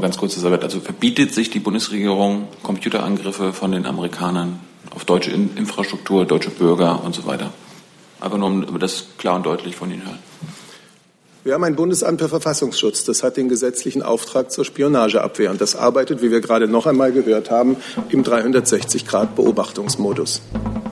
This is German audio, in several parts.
ganz kurz, Elisabeth. Also verbietet sich die Bundesregierung Computerangriffe von den Amerikanern auf deutsche Infrastruktur, deutsche Bürger und so weiter? Einfach nur, um das klar und deutlich von Ihnen hören. Wir haben ein Bundesamt für Verfassungsschutz. Das hat den gesetzlichen Auftrag zur Spionageabwehr. Und das arbeitet, wie wir gerade noch einmal gehört haben, im 360-Grad-Beobachtungsmodus.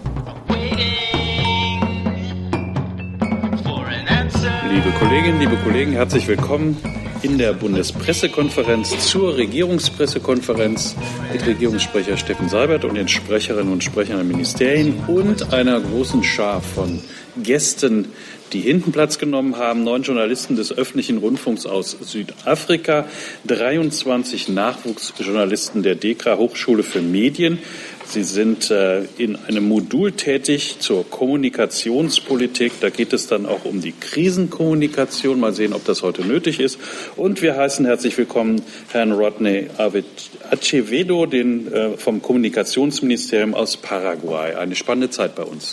Liebe Kolleginnen, liebe Kollegen, herzlich willkommen in der Bundespressekonferenz zur Regierungspressekonferenz mit Regierungssprecher Steffen Seibert und den Sprecherinnen und Sprechern der Ministerien und einer großen Schar von Gästen, die hinten Platz genommen haben. 9 Journalisten des öffentlichen Rundfunks aus Südafrika, 23 Nachwuchsjournalisten der DEKRA Hochschule für Medien. Sie sind in einem Modul tätig zur Kommunikationspolitik. Da geht es dann auch um die Krisenkommunikation. Mal sehen, ob das heute nötig ist. Und wir heißen herzlich willkommen Herrn Rodney Acevedo, den vom Kommunikationsministerium aus Paraguay. Eine spannende Zeit bei uns.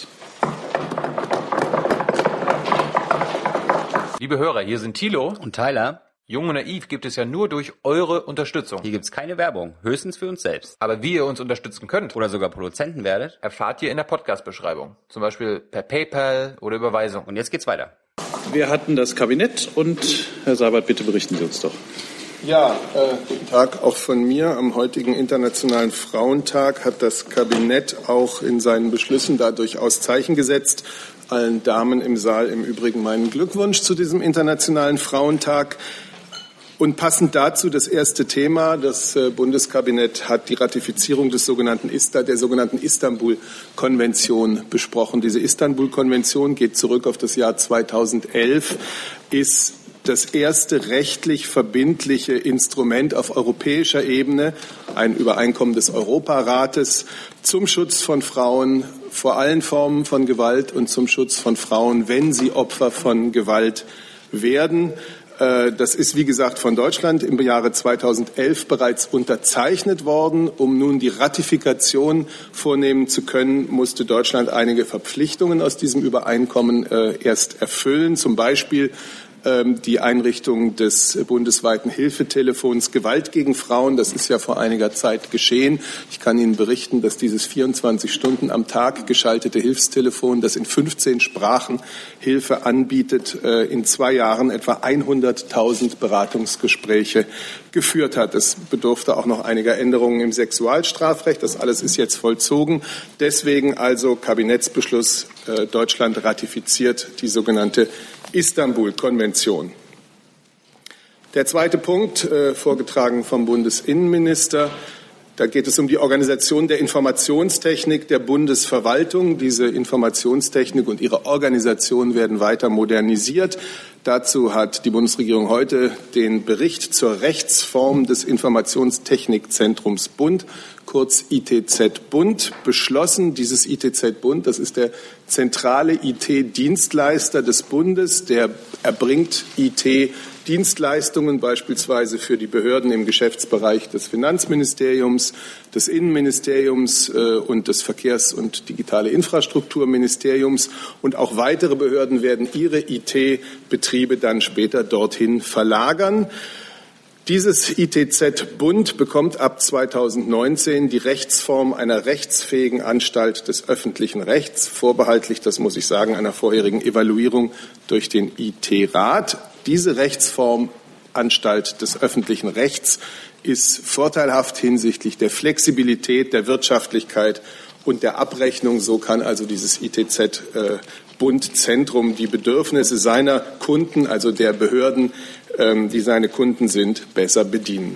Liebe Hörer, hier sind Thilo und Tyler. Jung und Naiv gibt es ja nur durch eure Unterstützung. Hier gibt's keine Werbung, höchstens für uns selbst. Aber wie ihr uns unterstützen könnt oder sogar Produzenten werdet, erfahrt ihr in der Podcast-Beschreibung. Zum Beispiel per PayPal oder Überweisung. Und jetzt geht's weiter. Wir hatten das Kabinett und Herr Seibert, bitte berichten Sie uns doch. Ja, guten Tag auch von mir. Am heutigen Internationalen Frauentag hat das Kabinett auch in seinen Beschlüssen da durchaus Zeichen gesetzt. Allen Damen im Saal im Übrigen meinen Glückwunsch zu diesem Internationalen Frauentag. Und passend dazu das erste Thema. Das Bundeskabinett hat die Ratifizierung der sogenannten Istanbul-Konvention besprochen. Diese Istanbul-Konvention geht zurück auf das Jahr 2011, ist das erste rechtlich verbindliche Instrument auf europäischer Ebene, ein Übereinkommen des Europarates zum Schutz von Frauen vor allen Formen von Gewalt und zum Schutz von Frauen, wenn sie Opfer von Gewalt werden. Das ist, wie gesagt, von Deutschland im Jahre 2011 bereits unterzeichnet worden. Um nun die Ratifikation vornehmen zu können, musste Deutschland einige Verpflichtungen aus diesem Übereinkommen erst erfüllen. Zum Beispiel die Einrichtung des bundesweiten Hilfetelefons Gewalt gegen Frauen. Das ist ja vor einiger Zeit geschehen. Ich kann Ihnen berichten, dass dieses 24 Stunden am Tag geschaltete Hilfstelefon, das in 15 Sprachen Hilfe anbietet, in 2 Jahren etwa 100.000 Beratungsgespräche geführt hat. Es bedurfte auch noch einiger Änderungen im Sexualstrafrecht. Das alles ist jetzt vollzogen. Deswegen also Kabinettsbeschluss, Deutschland ratifiziert die sogenannte Istanbul-Konvention. Der zweite Punkt, vorgetragen vom Bundesinnenminister, da geht es um die Organisation der Informationstechnik der Bundesverwaltung. Diese Informationstechnik und ihre Organisation werden weiter modernisiert. Dazu hat die Bundesregierung heute den Bericht zur Rechtsform des Informationstechnikzentrums Bund, kurz ITZ-Bund, beschlossen. Dieses ITZ-Bund, das ist der zentrale IT-Dienstleister des Bundes, der erbringt IT-Dienstleistungen beispielsweise für die Behörden im Geschäftsbereich des Finanzministeriums, des Innenministeriums und des Verkehrs- und digitale Infrastrukturministeriums. Und auch weitere Behörden werden ihre IT-Betriebe dann später dorthin verlagern. Dieses ITZ-Bund bekommt ab 2019 die Rechtsform einer rechtsfähigen Anstalt des öffentlichen Rechts, vorbehaltlich, das muss ich sagen, einer vorherigen Evaluierung durch den IT-Rat. Diese Rechtsform Anstalt des öffentlichen Rechts ist vorteilhaft hinsichtlich der Flexibilität, der Wirtschaftlichkeit und der Abrechnung. So kann also dieses ITZ-Bund-Zentrum die Bedürfnisse seiner Kunden, also der Behörden, die seine Kunden sind, besser bedienen.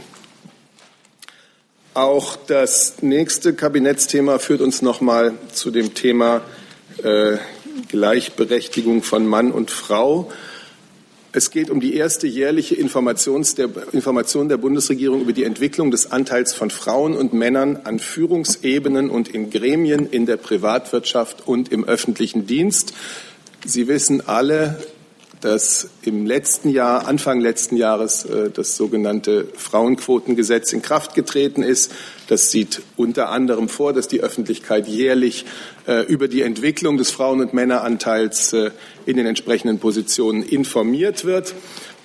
Auch das nächste Kabinettsthema führt uns nochmal zu dem Thema Gleichberechtigung von Mann und Frau. Es geht um die erste jährliche Information der Bundesregierung über die Entwicklung des Anteils von Frauen und Männern an Führungsebenen und in Gremien in der Privatwirtschaft und im öffentlichen Dienst. Sie wissen alle, dass im letzten Jahr, Anfang letzten Jahres, das sogenannte Frauenquotengesetz in Kraft getreten ist. Das sieht unter anderem vor, dass die Öffentlichkeit jährlich über die Entwicklung des Frauen- und Männeranteils in den entsprechenden Positionen informiert wird.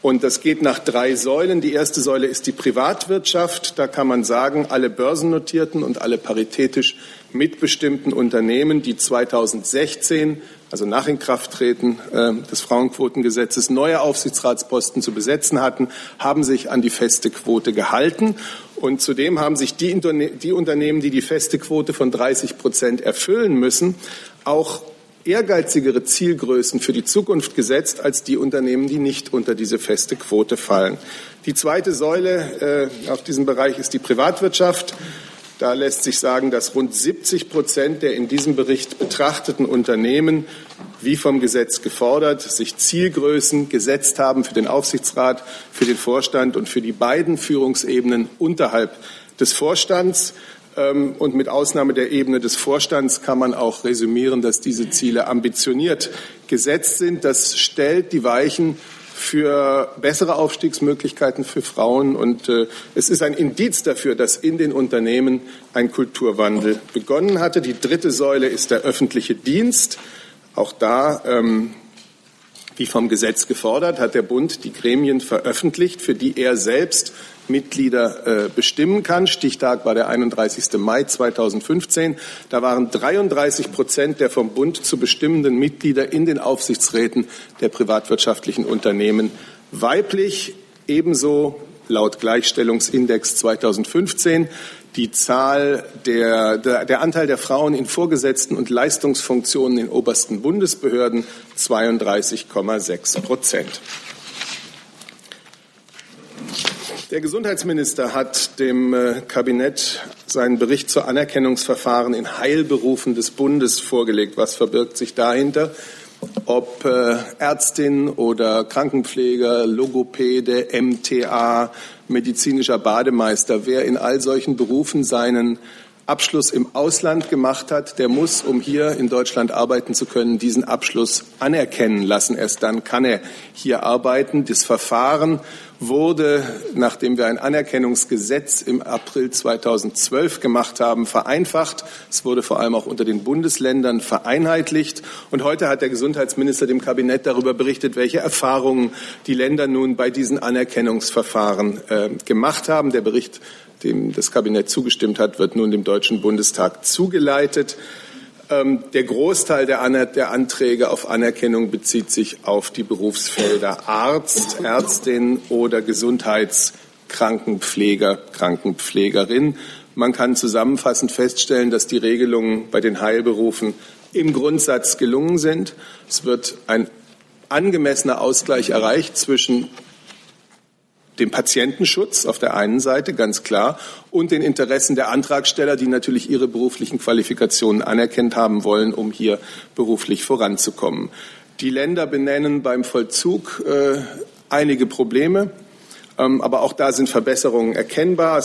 Und das geht nach 3 Säulen. Die erste Säule ist die Privatwirtschaft. Da kann man sagen, alle börsennotierten und alle paritätisch mitbestimmten Unternehmen, die 2016, also nach Inkrafttreten des Frauenquotengesetzes, neue Aufsichtsratsposten zu besetzen hatten, haben sich an die feste Quote gehalten. Und zudem haben sich die Unternehmen, die die feste Quote von 30% erfüllen müssen, auch ehrgeizigere Zielgrößen für die Zukunft gesetzt als die Unternehmen, die nicht unter diese feste Quote fallen. Die zweite Säule auf diesem Bereich ist die Privatwirtschaft. Da lässt sich sagen, dass rund 70% der in diesem Bericht betrachteten Unternehmen, wie vom Gesetz gefordert, sich Zielgrößen gesetzt haben für den Aufsichtsrat, für den Vorstand und für die beiden Führungsebenen unterhalb des Vorstands. Und mit Ausnahme der Ebene des Vorstands kann man auch resümieren, dass diese Ziele ambitioniert gesetzt sind. Das stellt die Weichen für bessere Aufstiegsmöglichkeiten für Frauen. Und es ist ein Indiz dafür, dass in den Unternehmen ein Kulturwandel begonnen hatte. Die dritte Säule ist der öffentliche Dienst. Auch da, wie vom Gesetz gefordert, hat der Bund die Gremien veröffentlicht, für die er selbst Mitglieder bestimmen kann. Stichtag war der 31. Mai 2015. Da waren 33% der vom Bund zu bestimmenden Mitglieder in den Aufsichtsräten der privatwirtschaftlichen Unternehmen weiblich. Ebenso laut Gleichstellungsindex 2015 die Zahl der Anteil der Frauen in Vorgesetzten und Leistungsfunktionen in obersten Bundesbehörden 32,6%. Der Gesundheitsminister hat dem Kabinett seinen Bericht zu Anerkennungsverfahren in Heilberufen des Bundes vorgelegt. Was verbirgt sich dahinter? Ob Ärztin oder Krankenpfleger, Logopäde, MTA, medizinischer Bademeister, wer in all solchen Berufen seinen Abschluss im Ausland gemacht hat, der muss, um hier in Deutschland arbeiten zu können, diesen Abschluss anerkennen lassen. Erst dann kann er hier arbeiten. Das Verfahren wurde, nachdem wir ein Anerkennungsgesetz im April 2012 gemacht haben, vereinfacht. Es wurde vor allem auch unter den Bundesländern vereinheitlicht. Und heute hat der Gesundheitsminister dem Kabinett darüber berichtet, welche Erfahrungen die Länder nun bei diesen Anerkennungsverfahren gemacht haben. Der Bericht, dem das Kabinett zugestimmt hat, wird nun dem Deutschen Bundestag zugeleitet. Der Großteil der Anträge auf Anerkennung bezieht sich auf die Berufsfelder Arzt, Ärztin oder Gesundheitskrankenpfleger, Krankenpflegerin. Man kann zusammenfassend feststellen, dass die Regelungen bei den Heilberufen im Grundsatz gelungen sind. Es wird ein angemessener Ausgleich erreicht zwischen dem Patientenschutz auf der einen Seite, ganz klar, und den Interessen der Antragsteller, die natürlich ihre beruflichen Qualifikationen anerkannt haben wollen, um hier beruflich voranzukommen. Die Länder benennen beim Vollzug einige Probleme, aber auch da sind Verbesserungen erkennbar.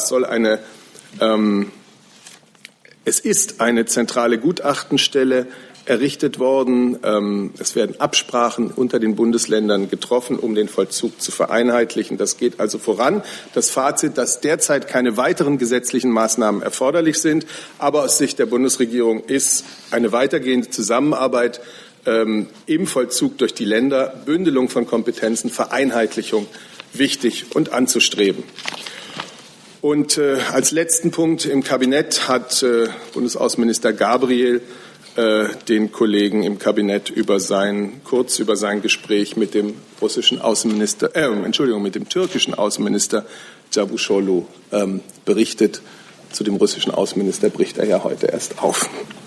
Es ist eine zentrale Gutachtenstelle errichtet worden. Es werden Absprachen unter den Bundesländern getroffen, um den Vollzug zu vereinheitlichen. Das geht also voran. Das Fazit, dass derzeit keine weiteren gesetzlichen Maßnahmen erforderlich sind, aber aus Sicht der Bundesregierung ist eine weitergehende Zusammenarbeit im Vollzug durch die Länder, Bündelung von Kompetenzen, Vereinheitlichung wichtig und anzustreben. Und als letzten Punkt im Kabinett hat Bundesaußenminister Gabriel den Kollegen im Kabinett kurz über sein Gespräch mit dem mit dem türkischen Außenminister Cavusoglu berichtet. Zu dem russischen Außenminister bricht er ja heute erst auf.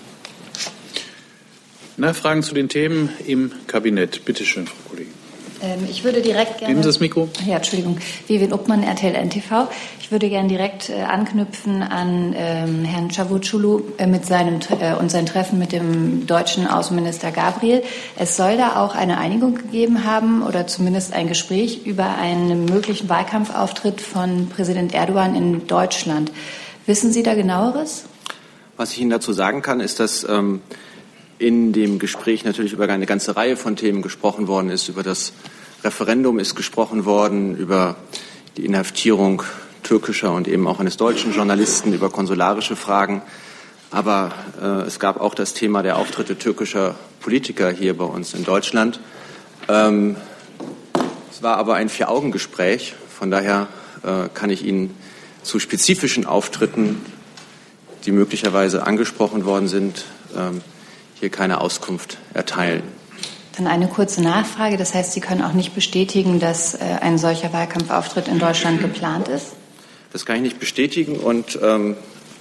Nachfragen zu den Themen im Kabinett. Bitte schön, Frau Kollegin. Ich würde direkt gerne... Geben Sie das Mikro. Ja, Entschuldigung. Vivian Uppmann, RTL NTV. Ich würde gerne direkt anknüpfen an Herrn Cavusoglu und sein Treffen mit dem deutschen Außenminister Gabriel. Es soll da auch eine Einigung gegeben haben oder zumindest ein Gespräch über einen möglichen Wahlkampfauftritt von Präsident Erdogan in Deutschland. Wissen Sie da Genaueres? Was ich Ihnen dazu sagen kann, ist, dass in dem Gespräch natürlich über eine ganze Reihe von Themen gesprochen worden ist. Über das Referendum ist gesprochen worden, über die Inhaftierung türkischer und eben auch eines deutschen Journalisten, über konsularische Fragen. Aber es gab auch das Thema der Auftritte türkischer Politiker hier bei uns in Deutschland. Es war aber ein Vier-Augen-Gespräch. Von daher kann ich Ihnen zu spezifischen Auftritten, die möglicherweise angesprochen worden sind, hier keine Auskunft erteilen. Dann eine kurze Nachfrage. Das heißt, Sie können auch nicht bestätigen, dass ein solcher Wahlkampfauftritt in Deutschland geplant ist? Das kann ich nicht bestätigen und genau.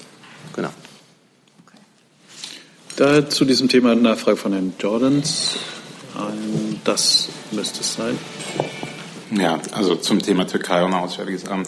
Da zu diesem Thema eine Nachfrage von Herrn Jordans. Das müsste es sein. Ja, also zum Thema Türkei und Auswärtiges Amt.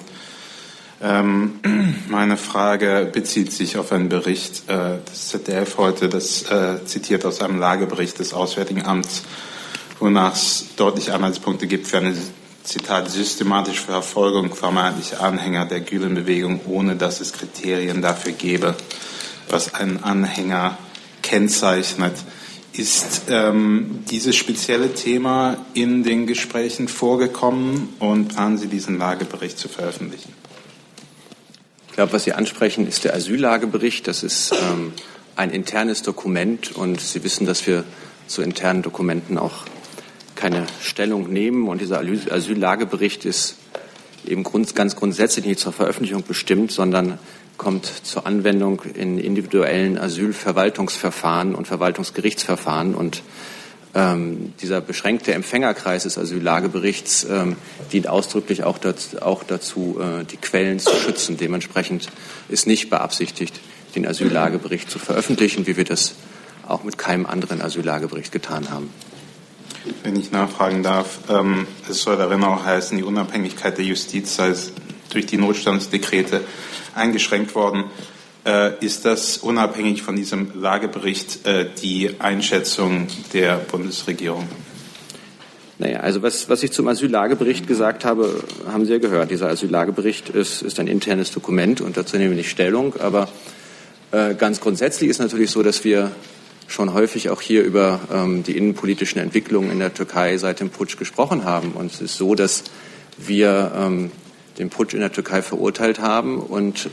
Meine Frage bezieht sich auf einen Bericht des ZDF heute, das zitiert aus einem Lagebericht des Auswärtigen Amts, wonach es deutliche Anhaltspunkte gibt für eine, Zitat, systematische Verfolgung vermeintlicher Anhänger der Gülen-Bewegung, ohne dass es Kriterien dafür gäbe, was einen Anhänger kennzeichnet. Ist dieses spezielle Thema in den Gesprächen vorgekommen und planen Sie, diesen Lagebericht zu veröffentlichen? Ich glaube, was Sie ansprechen, ist der Asyllagebericht. Das ist ein internes Dokument und Sie wissen, dass wir zu internen Dokumenten auch keine Stellung nehmen. Und dieser Asyllagebericht ist eben ganz grundsätzlich nicht zur Veröffentlichung bestimmt, sondern kommt zur Anwendung in individuellen Asylverwaltungsverfahren und Verwaltungsgerichtsverfahren. Und dieser beschränkte Empfängerkreis des Asyllageberichts dient ausdrücklich auch dazu, die Quellen zu schützen. Dementsprechend ist nicht beabsichtigt, den Asyllagebericht zu veröffentlichen, wie wir das auch mit keinem anderen Asyllagebericht getan haben. Wenn ich nachfragen darf, es soll darin auch heißen, die Unabhängigkeit der Justiz sei durch die Notstandsdekrete eingeschränkt worden. Ist das unabhängig von diesem Lagebericht die Einschätzung der Bundesregierung? Naja, also was ich zum Asyllagebericht gesagt habe, haben Sie ja gehört. Dieser Asyllagebericht ist ein internes Dokument und dazu nehmen wir nicht Stellung. Aber ganz grundsätzlich ist natürlich so, dass wir schon häufig auch hier über die innenpolitischen Entwicklungen in der Türkei seit dem Putsch gesprochen haben. Und es ist so, dass wir den Putsch in der Türkei verurteilt haben und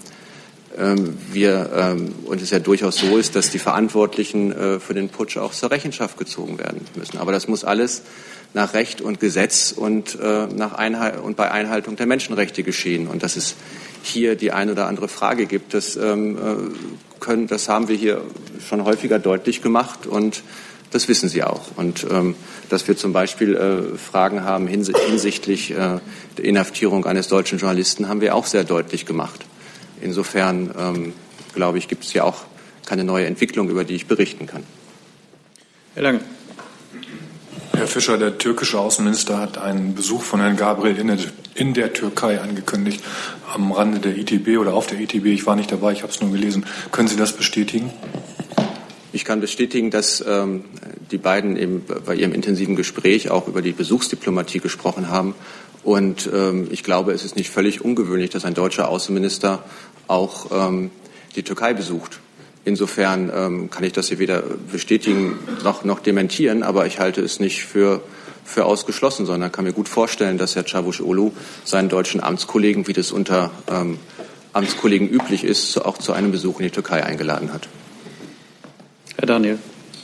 und es ja durchaus so ist, dass die Verantwortlichen für den Putsch auch zur Rechenschaft gezogen werden müssen. Aber das muss alles nach Recht und Gesetz und bei Einhaltung der Menschenrechte geschehen. Und dass es hier die ein oder andere Frage gibt, das haben wir hier schon häufiger deutlich gemacht und das wissen Sie auch. Und dass wir zum Beispiel Fragen haben hinsichtlich der Inhaftierung eines deutschen Journalisten, haben wir auch sehr deutlich gemacht. Insofern, glaube ich, gibt es ja auch keine neue Entwicklung, über die ich berichten kann. Herr Lange. Herr Fischer, der türkische Außenminister hat einen Besuch von Herrn Gabriel in der Türkei angekündigt, am Rande der ITB oder auf der ITB. Ich war nicht dabei, ich habe es nur gelesen. Können Sie das bestätigen? Ich kann bestätigen, dass die beiden eben bei ihrem intensiven Gespräch auch über die Besuchsdiplomatie gesprochen haben. Und ich glaube, es ist nicht völlig ungewöhnlich, dass ein deutscher Außenminister auch die Türkei besucht. Insofern kann ich das hier weder bestätigen noch dementieren, aber ich halte es nicht für ausgeschlossen, sondern kann mir gut vorstellen, dass Herr Çavuşoğlu seinen deutschen Amtskollegen, wie das unter Amtskollegen üblich ist, auch zu einem Besuch in die Türkei eingeladen hat. Herr Daniel.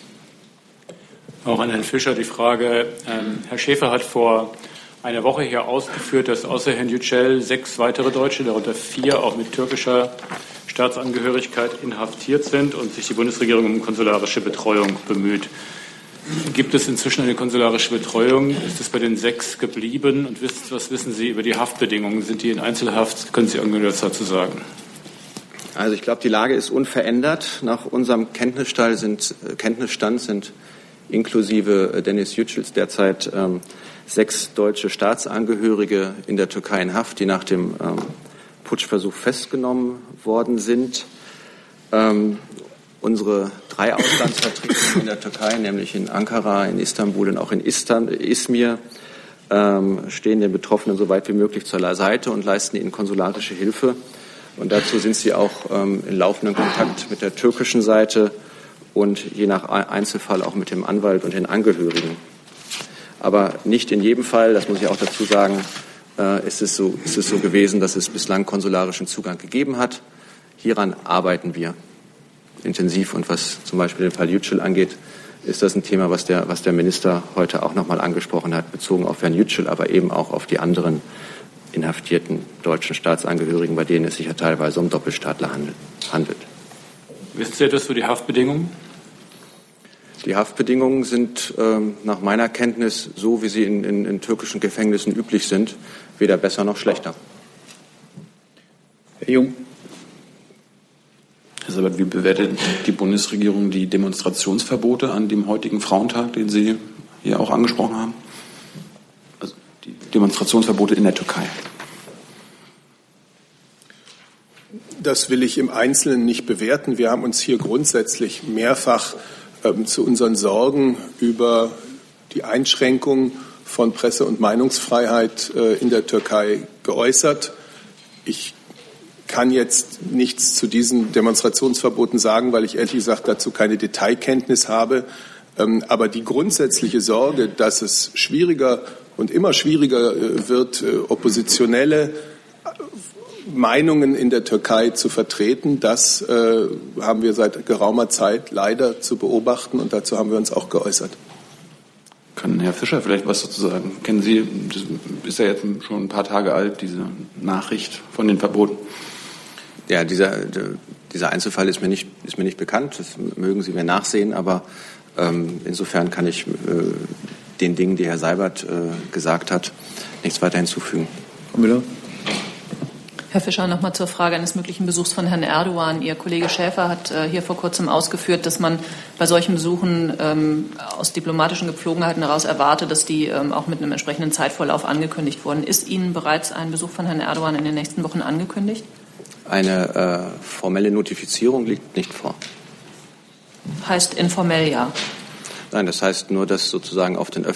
Auch an Herrn Fischer die Frage. Herr Schäfer hat vor einer Woche hier ausgeführt, dass außer Herrn Yücel 6 weitere Deutsche, darunter 4 auch mit türkischer Staatsangehörigkeit, inhaftiert sind und sich die Bundesregierung um konsularische Betreuung bemüht. Gibt es inzwischen eine konsularische Betreuung? Ist es bei den 6 geblieben? Und was wissen Sie über die Haftbedingungen? Sind die in Einzelhaft? Können Sie irgendwas dazu sagen? Also ich glaube, die Lage ist unverändert. Nach unserem Kenntnisstand sind inklusive Dennis Yücels derzeit 6 deutsche Staatsangehörige in der Türkei in Haft, die nach dem Putschversuch festgenommen worden sind. Unsere 3 Auslandsvertretungen in der Türkei, nämlich in Ankara, in Istanbul und auch in Izmir, stehen den Betroffenen so weit wie möglich zur Seite und leisten ihnen konsularische Hilfe. Und dazu sind sie auch in laufendem Kontakt mit der türkischen Seite und je nach Einzelfall auch mit dem Anwalt und den Angehörigen. Aber nicht in jedem Fall, das muss ich auch dazu sagen, ist es so gewesen, dass es bislang konsularischen Zugang gegeben hat. Hieran arbeiten wir intensiv. Und was zum Beispiel den Fall Yücel angeht, ist das ein Thema, was der Minister heute auch nochmal angesprochen hat, bezogen auf Herrn Yücel, aber eben auch auf die anderen inhaftierten deutschen Staatsangehörigen, bei denen es sich ja teilweise um Doppelstaatler handelt. Wissen Sie etwas für die Haftbedingungen? Die Haftbedingungen sind nach meiner Kenntnis so, wie sie in türkischen Gefängnissen üblich sind, weder besser noch schlechter. Herr Jung. Herr Seibert, wie bewertet die Bundesregierung die Demonstrationsverbote an dem heutigen Frauentag, den Sie hier auch angesprochen haben? Also die Demonstrationsverbote in der Türkei. Das will ich im Einzelnen nicht bewerten. Wir haben uns hier grundsätzlich mehrfach zu unseren Sorgen über die Einschränkung von Presse- und Meinungsfreiheit in der Türkei geäußert. Ich kann jetzt nichts zu diesen Demonstrationsverboten sagen, weil ich ehrlich gesagt dazu keine Detailkenntnis habe. Aber die grundsätzliche Sorge, dass es schwieriger und immer schwieriger wird, oppositionelle Meinungen in der Türkei zu vertreten, das haben wir seit geraumer Zeit leider zu beobachten und dazu haben wir uns auch geäußert. Kann Herr Fischer vielleicht was dazu sagen? Kennen Sie, das ist ja jetzt schon ein paar Tage alt, diese Nachricht von den Verboten? Ja, dieser Einzelfall ist mir nicht bekannt. Das mögen Sie mir nachsehen, aber insofern kann ich den Dingen, die Herr Seibert gesagt hat, nichts weiter hinzufügen. Frau Müller. Herr Fischer, noch mal zur Frage eines möglichen Besuchs von Herrn Erdogan. Ihr Kollege Schäfer hat hier vor kurzem ausgeführt, dass man bei solchen Besuchen aus diplomatischen Gepflogenheiten heraus erwartet, dass die auch mit einem entsprechenden Zeitvorlauf angekündigt wurden. Ist Ihnen bereits ein Besuch von Herrn Erdogan in den nächsten Wochen angekündigt? Eine formelle Notifizierung liegt nicht vor. Heißt informell ja? Nein, das heißt nur, dass sozusagen auf den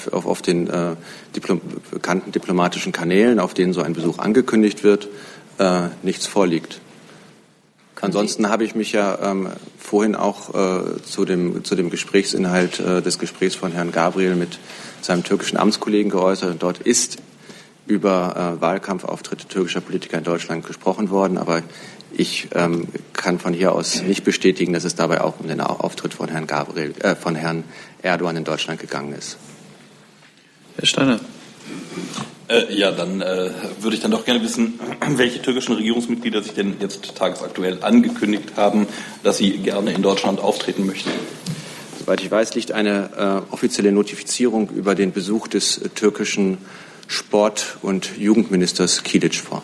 bekannten diplomatischen Kanälen, auf denen so ein Besuch angekündigt wird, nichts vorliegt. Ansonsten habe ich mich ja vorhin auch zu dem Gesprächsinhalt des Gesprächs von Herrn Gabriel mit seinem türkischen Amtskollegen geäußert. Und dort ist über Wahlkampfauftritte türkischer Politiker in Deutschland gesprochen worden. Aber ich kann von hier aus nicht bestätigen, dass es dabei auch um den Auftritt von Herrn Erdogan in Deutschland gegangen ist. Herr Steiner. Ja, dann würde ich dann doch gerne wissen, welche türkischen Regierungsmitglieder sich denn jetzt tagesaktuell angekündigt haben, dass sie gerne in Deutschland auftreten möchten. Soweit ich weiß, liegt eine offizielle Notifizierung über den Besuch des türkischen Sport- und Jugendministers Kilic vor.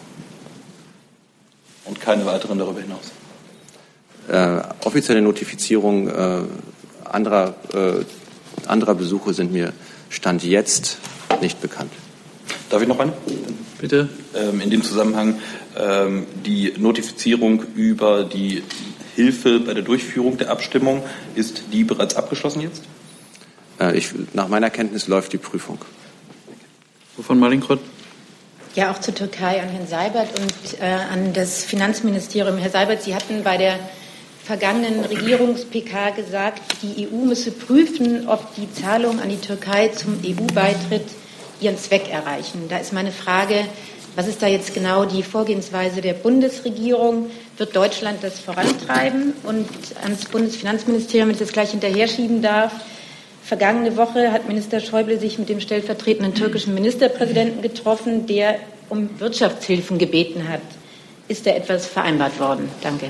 Und keine weiteren darüber hinaus? Offizielle Notifizierung anderer Besuche sind mir Stand jetzt nicht bekannt. Darf ich noch eine? Bitte. In dem Zusammenhang die Notifizierung über die Hilfe bei der Durchführung der Abstimmung, ist die bereits abgeschlossen jetzt? Nach meiner Kenntnis läuft die Prüfung. Wovon Malinkroth? Ja, auch zur Türkei an Herrn Seibert und an das Finanzministerium. Herr Seibert, Sie hatten bei der vergangenen Regierungs-PK gesagt, die EU müsse prüfen, ob die Zahlungen an die Türkei zum EU-Beitritt ihren Zweck erreichen. Da ist meine Frage, was ist da jetzt genau die Vorgehensweise der Bundesregierung? Wird Deutschland das vorantreiben? Und ans Bundesfinanzministerium, wenn ich das gleich hinterher schieben darf, vergangene Woche hat Minister Schäuble sich mit dem stellvertretenden türkischen Ministerpräsidenten getroffen, der um Wirtschaftshilfen gebeten hat. Ist da etwas vereinbart worden? Danke.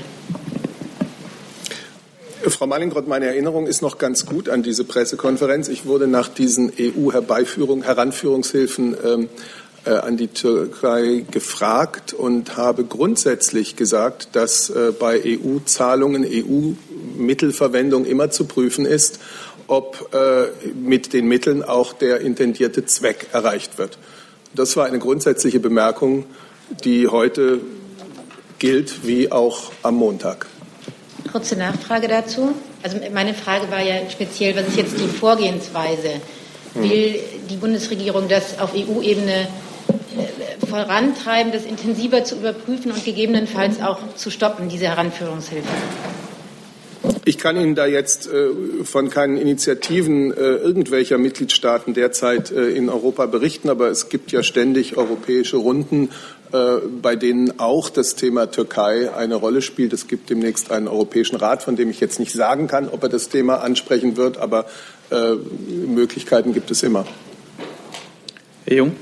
Frau Malinkroth, meine Erinnerung ist noch ganz gut an diese Pressekonferenz. Ich wurde nach diesen EU-Heranführungshilfen an die Türkei gefragt und habe grundsätzlich gesagt, dass bei EU-Zahlungen, EU-Mittelverwendung immer zu prüfen ist, ob mit den Mitteln auch der intendierte Zweck erreicht wird. Das war eine grundsätzliche Bemerkung, die heute gilt, wie auch am Montag. Kurze Nachfrage dazu. Also meine Frage war ja speziell, was ist jetzt die Vorgehensweise? Will die Bundesregierung das auf EU-Ebene vorantreiben, das intensiver zu überprüfen und gegebenenfalls auch zu stoppen, diese Heranführungshilfe? Ich kann Ihnen da jetzt von keinen Initiativen irgendwelcher Mitgliedstaaten derzeit in Europa berichten, aber es gibt ja ständig europäische Runden, bei denen auch das Thema Türkei eine Rolle spielt. Es gibt demnächst einen Europäischen Rat, von dem ich jetzt nicht sagen kann, ob er das Thema ansprechen wird, aber Möglichkeiten gibt es immer. Herr Jung.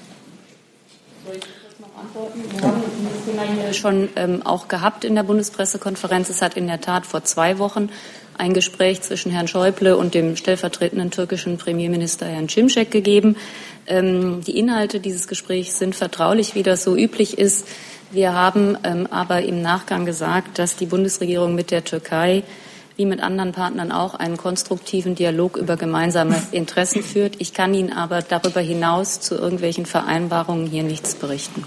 Wir haben das Thema hier schon auch gehabt in der Bundespressekonferenz. Es hat in der Tat vor 2 Wochen ein Gespräch zwischen Herrn Schäuble und dem stellvertretenden türkischen Premierminister Herrn Şimşek gegeben. Die Inhalte dieses Gesprächs sind vertraulich, wie das so üblich ist. Wir haben aber im Nachgang gesagt, dass die Bundesregierung mit der Türkei wie mit anderen Partnern auch einen konstruktiven Dialog über gemeinsame Interessen führt. Ich kann Ihnen aber darüber hinaus zu irgendwelchen Vereinbarungen hier nichts berichten.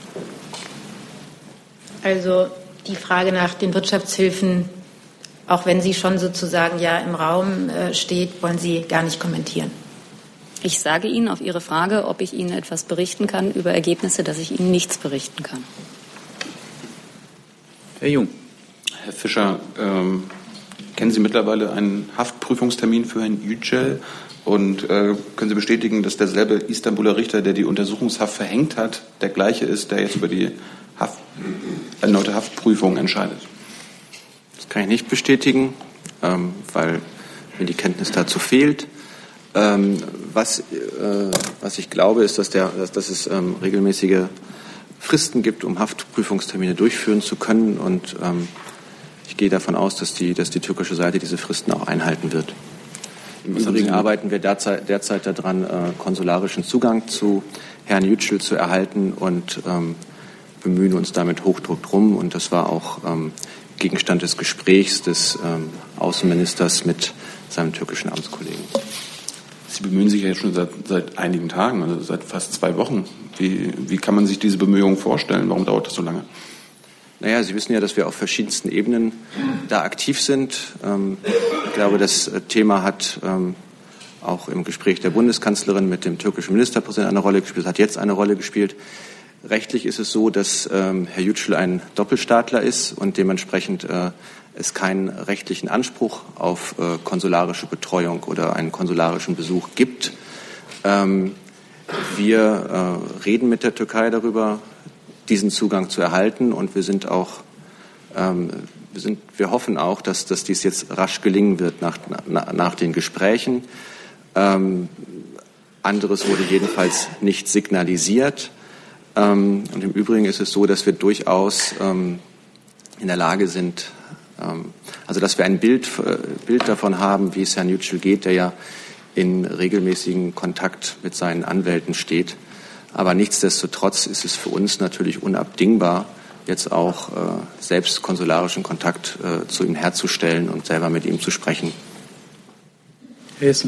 Also die Frage nach den Wirtschaftshilfen, auch wenn sie schon sozusagen ja im Raum steht, wollen Sie gar nicht kommentieren. Ich sage Ihnen auf Ihre Frage, ob ich Ihnen etwas berichten kann über Ergebnisse, dass ich Ihnen nichts berichten kann. Herr Jung. Herr Fischer, kennen Sie mittlerweile einen Haftprüfungstermin für Herrn Yücel? Und können Sie bestätigen, dass derselbe Istanbuler Richter, der die Untersuchungshaft verhängt hat, der gleiche ist, der jetzt über die erneute Haftprüfung entscheidet? Das kann ich nicht bestätigen, weil mir die Kenntnis dazu fehlt. Was ich glaube, ist, dass es regelmäßige Fristen gibt, um Haftprüfungstermine durchführen zu können. Und ich gehe davon aus, dass die türkische Seite diese Fristen auch einhalten wird. Im Übrigen arbeiten wir derzeit daran, konsularischen Zugang zu Herrn Yücel zu erhalten und bemühen uns damit Hochdruck drum. Und das war auch Gegenstand des Gesprächs des Außenministers mit seinem türkischen Amtskollegen. Sie bemühen sich ja jetzt schon seit einigen Tagen, also seit fast 2 Wochen. Wie kann man sich diese Bemühungen vorstellen? Warum dauert das so lange? Naja, Sie wissen ja, dass wir auf verschiedensten Ebenen da aktiv sind. Ich glaube, das Thema hat auch im Gespräch der Bundeskanzlerin mit dem türkischen Ministerpräsidenten eine Rolle gespielt, hat jetzt eine Rolle gespielt. Rechtlich ist es so, dass Herr Yücel ein Doppelstaatler ist und dementsprechend es keinen rechtlichen Anspruch auf konsularische Betreuung oder einen konsularischen Besuch gibt. Wir reden mit der Türkei darüber, diesen Zugang zu erhalten, und wir hoffen auch, dass dies jetzt rasch gelingen wird nach den Gesprächen. Anderes wurde jedenfalls nicht signalisiert. Und im Übrigen ist es so, dass wir durchaus in der Lage sind, also dass wir ein Bild davon haben, wie es Herrn Yücel geht, der ja in regelmäßigen Kontakt mit seinen Anwälten steht. Aber nichtsdestotrotz ist es für uns natürlich unabdingbar, jetzt auch selbst konsularischen Kontakt zu ihm herzustellen und selber mit ihm zu sprechen. Hessen.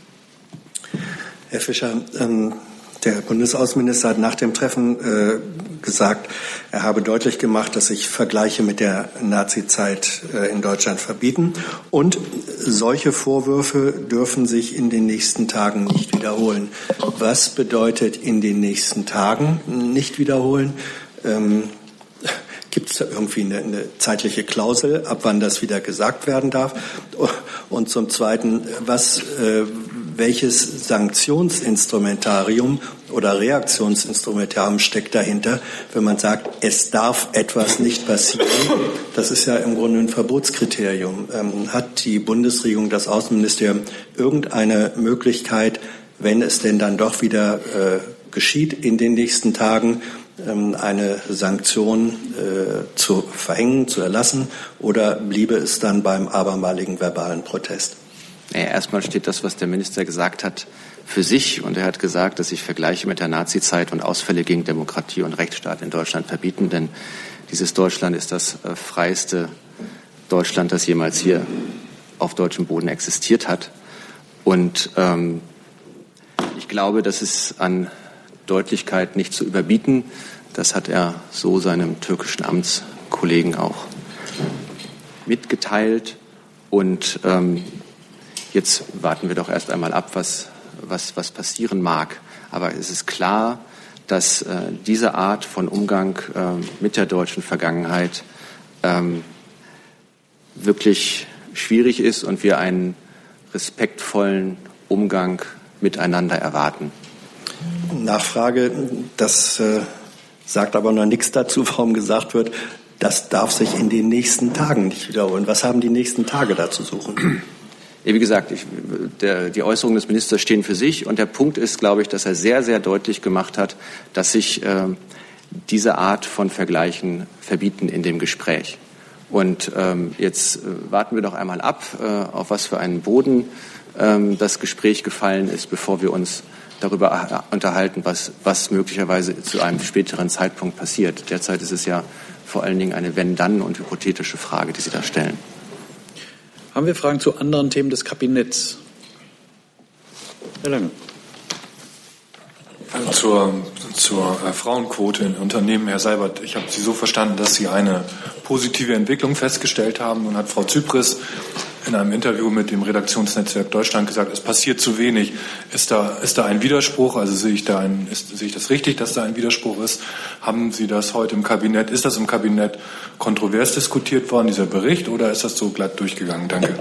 Herr Fischer, der Bundesaußenminister hat nach dem Treffen gesagt, er habe deutlich gemacht, dass sich Vergleiche mit der Nazizeit in Deutschland verbieten. Und solche Vorwürfe dürfen sich in den nächsten Tagen nicht wiederholen. Was bedeutet in den nächsten Tagen nicht wiederholen? Gibt es da irgendwie eine zeitliche Klausel, ab wann das wieder gesagt werden darf? Und zum Zweiten, welches Sanktionsinstrumentarium oder Reaktionsinstrumentarium steckt dahinter, wenn man sagt, es darf etwas nicht passieren? Das ist ja im Grunde ein Verbotskriterium. Hat die Bundesregierung, das Außenministerium irgendeine Möglichkeit, wenn es denn dann doch wieder geschieht in den nächsten Tagen, eine Sanktion zu verhängen, zu erlassen, oder bliebe es dann beim abermaligen verbalen Protest? Naja, erstmal steht das, was der Minister gesagt hat, für sich. Und er hat gesagt, dass sich Vergleiche mit der Nazizeit und Ausfälle gegen Demokratie und Rechtsstaat in Deutschland verbieten. Denn dieses Deutschland ist das freieste Deutschland, das jemals hier auf deutschem Boden existiert hat. Und ich glaube, das ist an Deutlichkeit nicht zu überbieten. Das hat er so seinem türkischen Amtskollegen auch mitgeteilt. Und jetzt warten wir doch erst einmal ab, was passieren mag. Aber es ist klar, dass diese Art von Umgang mit der deutschen Vergangenheit wirklich schwierig ist und wir einen respektvollen Umgang miteinander erwarten. Nachfrage, das sagt aber noch nichts dazu, warum gesagt wird, das darf sich in den nächsten Tagen nicht wiederholen. Was haben die nächsten Tage da zu suchen? Wie gesagt, die Äußerungen des Ministers stehen für sich. Und der Punkt ist, glaube ich, dass er sehr, sehr deutlich gemacht hat, dass sich diese Art von Vergleichen verbieten in dem Gespräch. Und jetzt warten wir doch einmal ab, auf was für einen Boden das Gespräch gefallen ist, bevor wir uns darüber unterhalten, was möglicherweise zu einem späteren Zeitpunkt passiert. Derzeit ist es ja vor allen Dingen eine Wenn-Dann- und hypothetische Frage, die Sie da stellen. Haben wir Fragen zu anderen Themen des Kabinetts? Herr Lange. Zur Frauenquote in Unternehmen, Herr Seibert, ich habe Sie so verstanden, dass Sie eine positive Entwicklung festgestellt haben. Nun hat Frau Zypris in einem Interview mit dem Redaktionsnetzwerk Deutschland gesagt, es passiert zu wenig. Ist da ein Widerspruch? Also sehe ich das richtig, dass da ein Widerspruch ist? Haben Sie das heute im Kabinett? Ist das im Kabinett kontrovers diskutiert worden, dieser Bericht, oder ist das so glatt durchgegangen? Danke.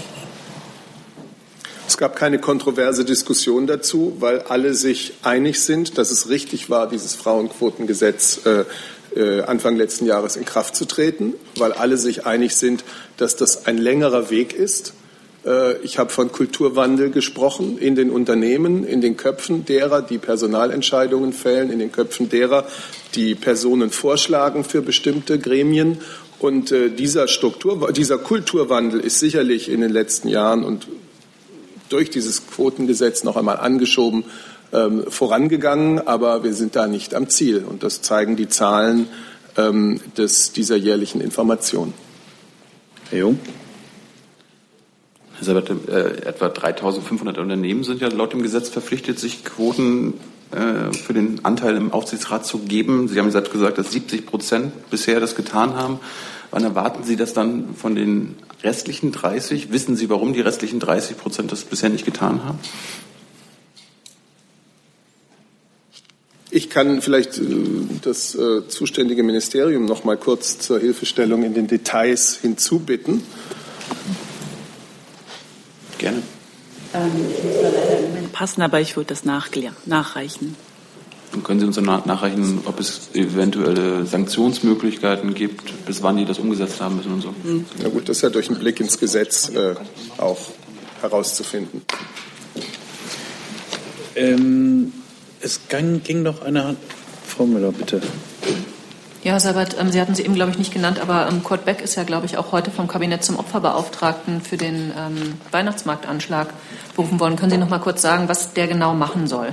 Es gab keine kontroverse Diskussion dazu, weil alle sich einig sind, dass es richtig war, dieses Frauenquotengesetz Anfang letzten Jahres in Kraft zu treten, weil alle sich einig sind, dass das ein längerer Weg ist. Ich habe von Kulturwandel gesprochen in den Unternehmen, in den Köpfen derer, die Personalentscheidungen fällen, in den Köpfen derer, die Personen vorschlagen für bestimmte Gremien. Und dieser Kulturwandel ist sicherlich in den letzten Jahren und durch dieses Quotengesetz noch einmal angeschoben vorangegangen, aber wir sind da nicht am Ziel. Und das zeigen die Zahlen dieser jährlichen Information. Herr Jung? Herr Seibert, etwa 3.500 Unternehmen sind ja laut dem Gesetz verpflichtet, sich Quoten für den Anteil im Aufsichtsrat zu geben. Sie haben selbst gesagt, dass 70% bisher das getan haben. Wann erwarten Sie das dann von den restlichen 30? Wissen Sie, warum die restlichen 30% das bisher nicht getan haben? Ich kann vielleicht das zuständige Ministerium noch mal kurz zur Hilfestellung in den Details hinzubitten. Gerne. Ich muss da leider im Moment passen, aber ich würde das nachreichen. Und können Sie uns dann nachreichen, ob es eventuelle Sanktionsmöglichkeiten gibt, bis wann die das umgesetzt haben müssen und so? Na gut, das ist ja durch einen Blick ins Gesetz auch herauszufinden. Es ging noch eine Hand. Frau Müller, bitte. Ja, Herr Seibert, Sie hatten sie eben, glaube ich, nicht genannt, aber Kurt Beck ist ja, glaube ich, auch heute vom Kabinett zum Opferbeauftragten für den Weihnachtsmarktanschlag berufen worden. Können Sie noch mal kurz sagen, was der genau machen soll?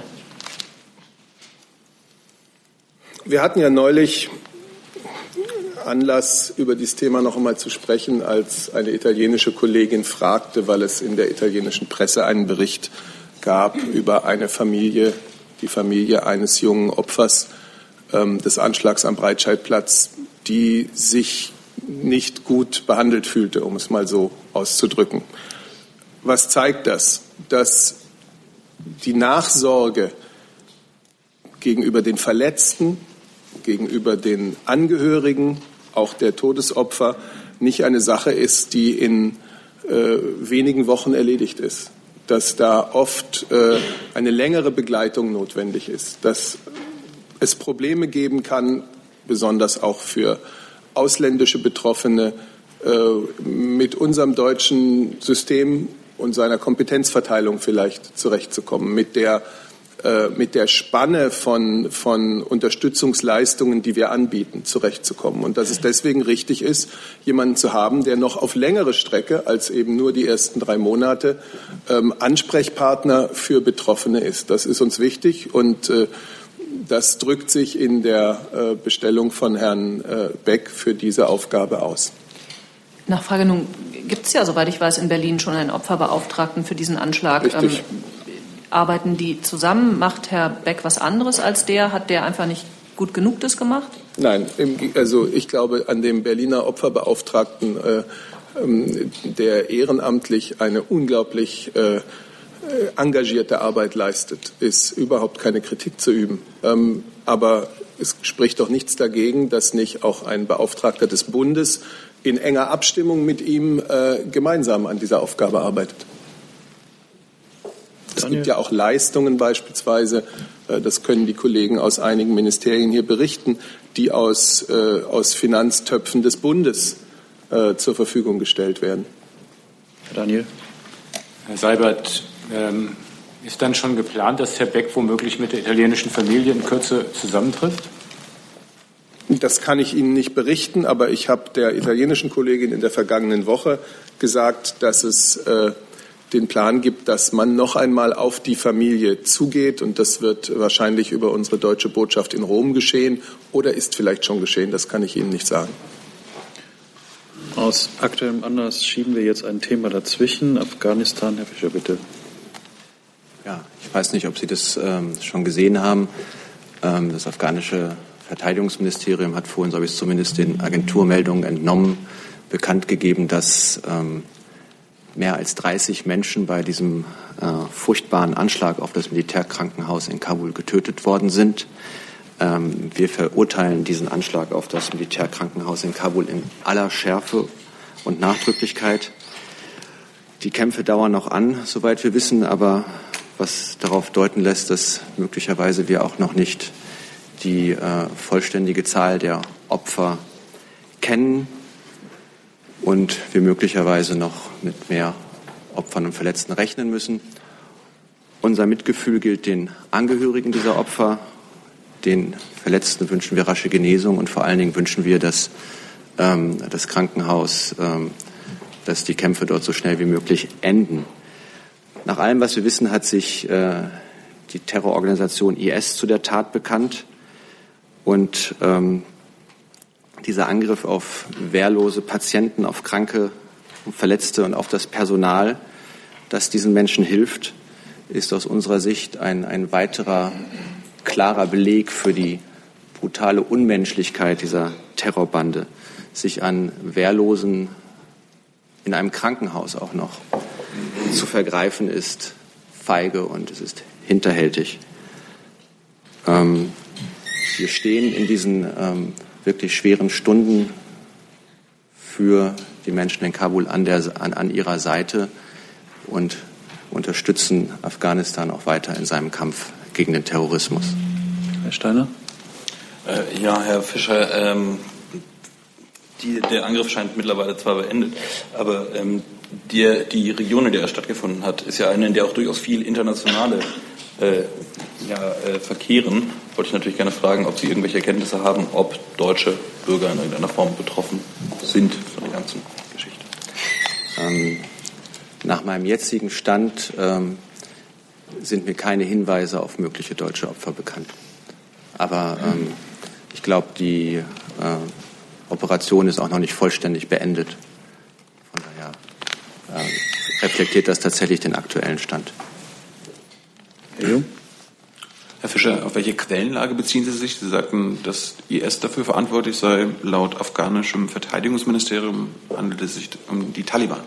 Wir hatten ja neulich Anlass, über dieses Thema noch einmal zu sprechen, als eine italienische Kollegin fragte, weil es in der italienischen Presse einen Bericht gab über eine Familie, die Familie eines jungen Opfers des Anschlags am Breitscheidplatz, die sich nicht gut behandelt fühlte, um es mal so auszudrücken. Was zeigt das? Dass die Nachsorge gegenüber den Verletzten, gegenüber den Angehörigen, auch der Todesopfer, nicht eine Sache ist, die in wenigen Wochen erledigt ist. Dass da oft eine längere Begleitung notwendig ist, dass es Probleme geben kann, besonders auch für ausländische Betroffene, mit unserem deutschen System und seiner Kompetenzverteilung vielleicht zurechtzukommen, mit der Spanne von Unterstützungsleistungen, die wir anbieten, zurechtzukommen. Und dass es deswegen richtig ist, jemanden zu haben, der noch auf längere Strecke als eben nur die ersten 3 Monate Ansprechpartner für Betroffene ist. Das ist uns wichtig und das drückt sich in der Bestellung von Herrn Beck für diese Aufgabe aus. Nachfrage nun, gibt es ja, soweit ich weiß, in Berlin schon einen Opferbeauftragten für diesen Anschlag. Richtig. Arbeiten die zusammen? Macht Herr Beck was anderes als der? Hat der einfach nicht gut genug das gemacht? Nein, also ich glaube, an dem Berliner Opferbeauftragten, der ehrenamtlich eine unglaublich engagierte Arbeit leistet, ist überhaupt keine Kritik zu üben. Aber es spricht doch nichts dagegen, dass nicht auch ein Beauftragter des Bundes in enger Abstimmung mit ihm gemeinsam an dieser Aufgabe arbeitet. Es gibt ja auch Leistungen beispielsweise, das können die Kollegen aus einigen Ministerien hier berichten, die aus Finanztöpfen des Bundes zur Verfügung gestellt werden. Herr Daniel. Herr Seibert, ist dann schon geplant, dass Herr Beck womöglich mit der italienischen Familie in Kürze zusammentrifft? Das kann ich Ihnen nicht berichten, aber ich habe der italienischen Kollegin in der vergangenen Woche gesagt, dass es den Plan gibt, dass man noch einmal auf die Familie zugeht. Und das wird wahrscheinlich über unsere deutsche Botschaft in Rom geschehen oder ist vielleicht schon geschehen. Das kann ich Ihnen nicht sagen. Aus aktuellem Anlass schieben wir jetzt ein Thema dazwischen. Afghanistan, Herr Fischer, bitte. Ja, ich weiß nicht, ob Sie das schon gesehen haben. Das afghanische Verteidigungsministerium hat vorhin, so habe ich es zumindest den Agenturmeldungen entnommen, bekannt gegeben, dass mehr als 30 Menschen bei diesem furchtbaren Anschlag auf das Militärkrankenhaus in Kabul getötet worden sind. Wir verurteilen diesen Anschlag auf das Militärkrankenhaus in Kabul in aller Schärfe und Nachdrücklichkeit. Die Kämpfe dauern noch an, soweit wir wissen, aber was darauf deuten lässt, dass möglicherweise wir auch noch nicht die vollständige Zahl der Opfer kennen und wir möglicherweise noch mit mehr Opfern und Verletzten rechnen müssen. Unser Mitgefühl gilt den Angehörigen dieser Opfer. Den Verletzten wünschen wir rasche Genesung und vor allen Dingen wünschen wir, dass das Krankenhaus, dass die Kämpfe dort so schnell wie möglich enden. Nach allem, was wir wissen, hat sich die Terrororganisation IS zu der Tat bekannt. Und dieser Angriff auf wehrlose Patienten, auf Kranke, Verletzte und auf das Personal, das diesen Menschen hilft, ist aus unserer Sicht ein weiterer klarer Beleg für die brutale Unmenschlichkeit dieser Terrorbande, sich an Wehrlosen in einem Krankenhaus auch noch zu vergreifen, ist feige und es ist hinterhältig. Wir stehen in diesen wirklich schweren Stunden für die Menschen in Kabul an ihrer Seite und unterstützen Afghanistan auch weiter in seinem Kampf gegen den Terrorismus. Herr Steiner? Ja, Herr Fischer, der Angriff scheint mittlerweile zwar beendet, aber die Region, in der er stattgefunden hat, ist ja eine, in der auch durchaus viel internationale verkehren. Wollte ich natürlich gerne fragen, ob Sie irgendwelche Erkenntnisse haben, ob deutsche Bürger in irgendeiner Form betroffen sind von der ganzen Geschichte. Nach meinem jetzigen Stand sind mir keine Hinweise auf mögliche deutsche Opfer bekannt. Aber ich glaube, die Operation ist auch noch nicht vollständig beendet. Von daher reflektiert das tatsächlich den aktuellen Stand. Herr Jung? Herr Fischer, auf welche Quellenlage beziehen Sie sich? Sie sagten, dass IS dafür verantwortlich sei. Laut afghanischem Verteidigungsministerium handelt es sich um die Taliban.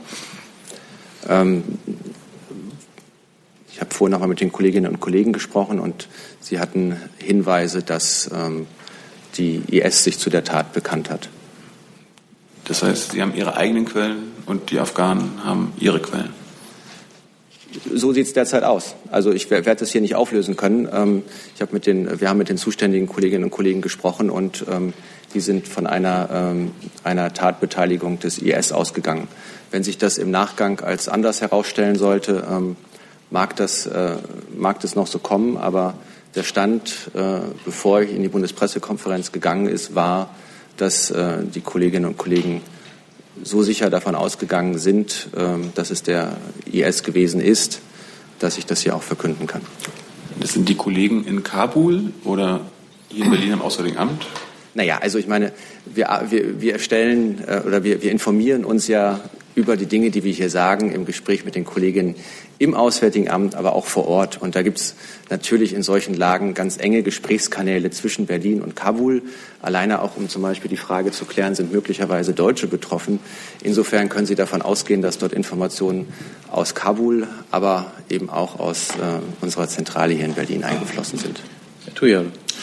Ich habe vorhin noch mal mit den Kolleginnen und Kollegen gesprochen und sie hatten Hinweise, dass die IS sich zu der Tat bekannt hat. Das heißt, Sie haben Ihre eigenen Quellen und die Afghanen haben ihre Quellen? So sieht es derzeit aus. Also ich werde das hier nicht auflösen können. Wir haben mit den zuständigen Kolleginnen und Kollegen gesprochen und die sind von einer Tatbeteiligung des IS ausgegangen. Wenn sich das im Nachgang als anders herausstellen sollte, mag das noch so kommen, aber der Stand, bevor ich in die Bundespressekonferenz gegangen ist, war, dass die Kolleginnen und Kollegen so sicher davon ausgegangen sind, dass es der IS gewesen ist, dass ich das hier auch verkünden kann. Das sind die Kollegen in Kabul oder hier in Berlin im Auswärtigen Amt? Naja, also ich meine, wir erstellen oder wir informieren uns ja über die Dinge, die wir hier sagen, im Gespräch mit den Kolleginnen im Auswärtigen Amt, aber auch vor Ort. Und da gibt es natürlich in solchen Lagen ganz enge Gesprächskanäle zwischen Berlin und Kabul. Alleine auch, um zum Beispiel die Frage zu klären, sind möglicherweise Deutsche betroffen. Insofern können Sie davon ausgehen, dass dort Informationen aus Kabul, aber eben auch aus unserer Zentrale hier in Berlin eingeflossen sind. Herr Tujal.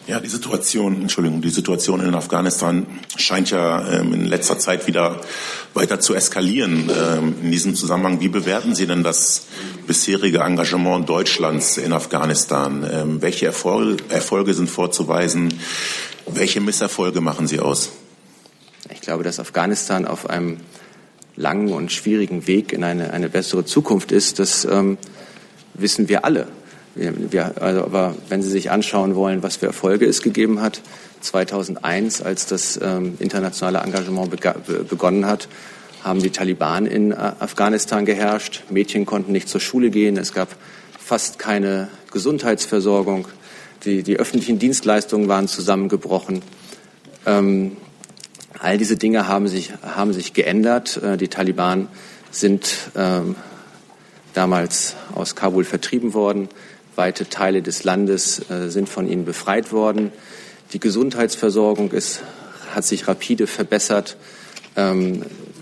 Ja, die Situation in Afghanistan scheint ja in letzter Zeit wieder weiter zu eskalieren. In diesem Zusammenhang, wie bewerten Sie denn das bisherige Engagement Deutschlands in Afghanistan? Welche Erfolge sind vorzuweisen? Welche Misserfolge machen Sie aus? Ich glaube, dass Afghanistan auf einem langen und schwierigen Weg in eine bessere Zukunft ist. Das wissen wir alle. Aber wenn Sie sich anschauen wollen, was für Erfolge es gegeben hat, 2001, als das internationale Engagement begonnen hat, haben die Taliban in Afghanistan geherrscht. Mädchen konnten nicht zur Schule gehen. Es gab fast keine Gesundheitsversorgung. Die öffentlichen Dienstleistungen waren zusammengebrochen. All diese Dinge haben sich geändert. Die Taliban sind damals aus Kabul vertrieben worden. Weite Teile des Landes sind von ihnen befreit worden. Die Gesundheitsversorgung hat sich rapide verbessert. Eine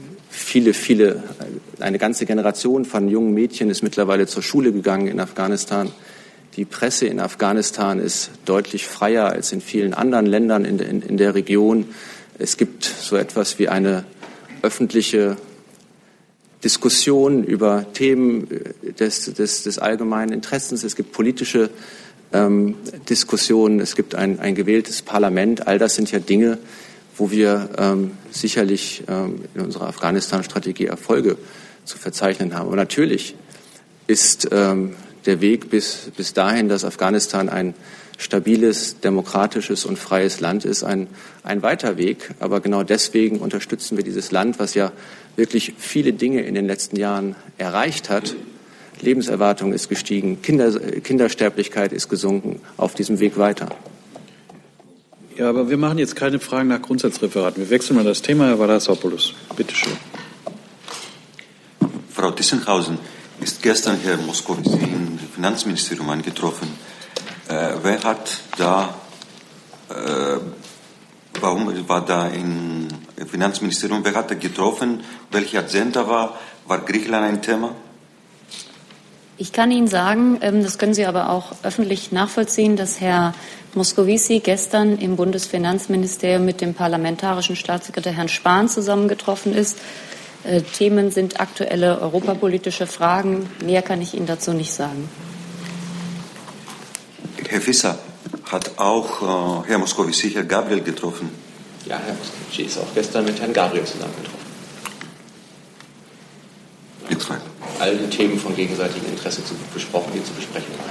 ganze Generation von jungen Mädchen ist mittlerweile zur Schule gegangen in Afghanistan. Die Presse in Afghanistan ist deutlich freier als in vielen anderen Ländern in der Region. Es gibt so etwas wie eine öffentliche Diskussion über Themen des allgemeinen Interessens. Es gibt politische Diskussionen. Es gibt ein gewähltes Parlament. All das sind ja Dinge, wo wir sicherlich in unserer Afghanistan-Strategie Erfolge zu verzeichnen haben. Aber natürlich ist der Weg bis dahin, dass Afghanistan ein stabiles, demokratisches und freies Land ist, ein weiter Weg. Aber genau deswegen unterstützen wir dieses Land, was ja wirklich viele Dinge in den letzten Jahren erreicht hat. Lebenserwartung ist gestiegen, Kindersterblichkeit ist gesunken, auf diesem Weg weiter. Ja, aber wir machen jetzt keine Fragen nach Grundsatzreferaten. Wir wechseln mal das Thema. Herr Valassopoulos, bitte schön. Frau Tissenhausen, ist gestern Herr Moscovici im Finanzministerium eingetroffen. Wer hat da, warum war da im Finanzministerium, wer hat da getroffen, welcher Sender war Griechenland ein Thema? Ich kann Ihnen sagen, das können Sie aber auch öffentlich nachvollziehen, dass Herr Moscovici gestern im Bundesfinanzministerium mit dem parlamentarischen Staatssekretär Herrn Spahn zusammengetroffen ist. Themen sind aktuelle europapolitische Fragen. Mehr kann ich Ihnen dazu nicht sagen. Herr Fischer, hat auch Herr Moscovici Herr Gabriel getroffen? Ja, Herr Moscovici ist auch gestern mit Herrn Gabriel zusammengetroffen. Nichts weiter. All die Themen von gegenseitigem Interesse besprochen, die zu besprechen waren.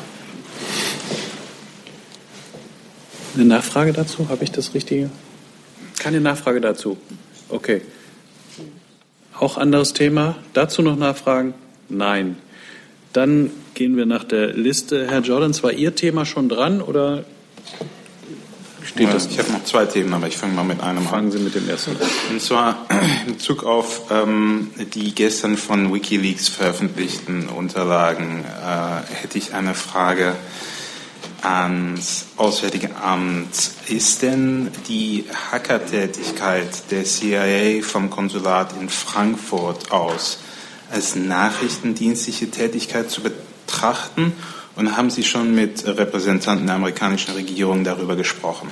Eine Nachfrage dazu? Habe ich das Richtige? Keine Nachfrage dazu. Okay. Auch anderes Thema? Dazu noch Nachfragen? Nein. Dann gehen wir nach der Liste. Herr Jordan, war Ihr Thema schon dran oder steht das? Ich habe noch zwei Themen, aber ich fange mal mit einem an. Fangen Sie mit dem ersten an. Und zwar in Bezug auf die gestern von WikiLeaks veröffentlichten Unterlagen hätte ich eine Frage ans Auswärtige Amt. Ist denn die Hackertätigkeit der CIA vom Konsulat in Frankfurt aus als nachrichtendienstliche Tätigkeit zu betrachten? Und haben Sie schon mit Repräsentanten der amerikanischen Regierung darüber gesprochen?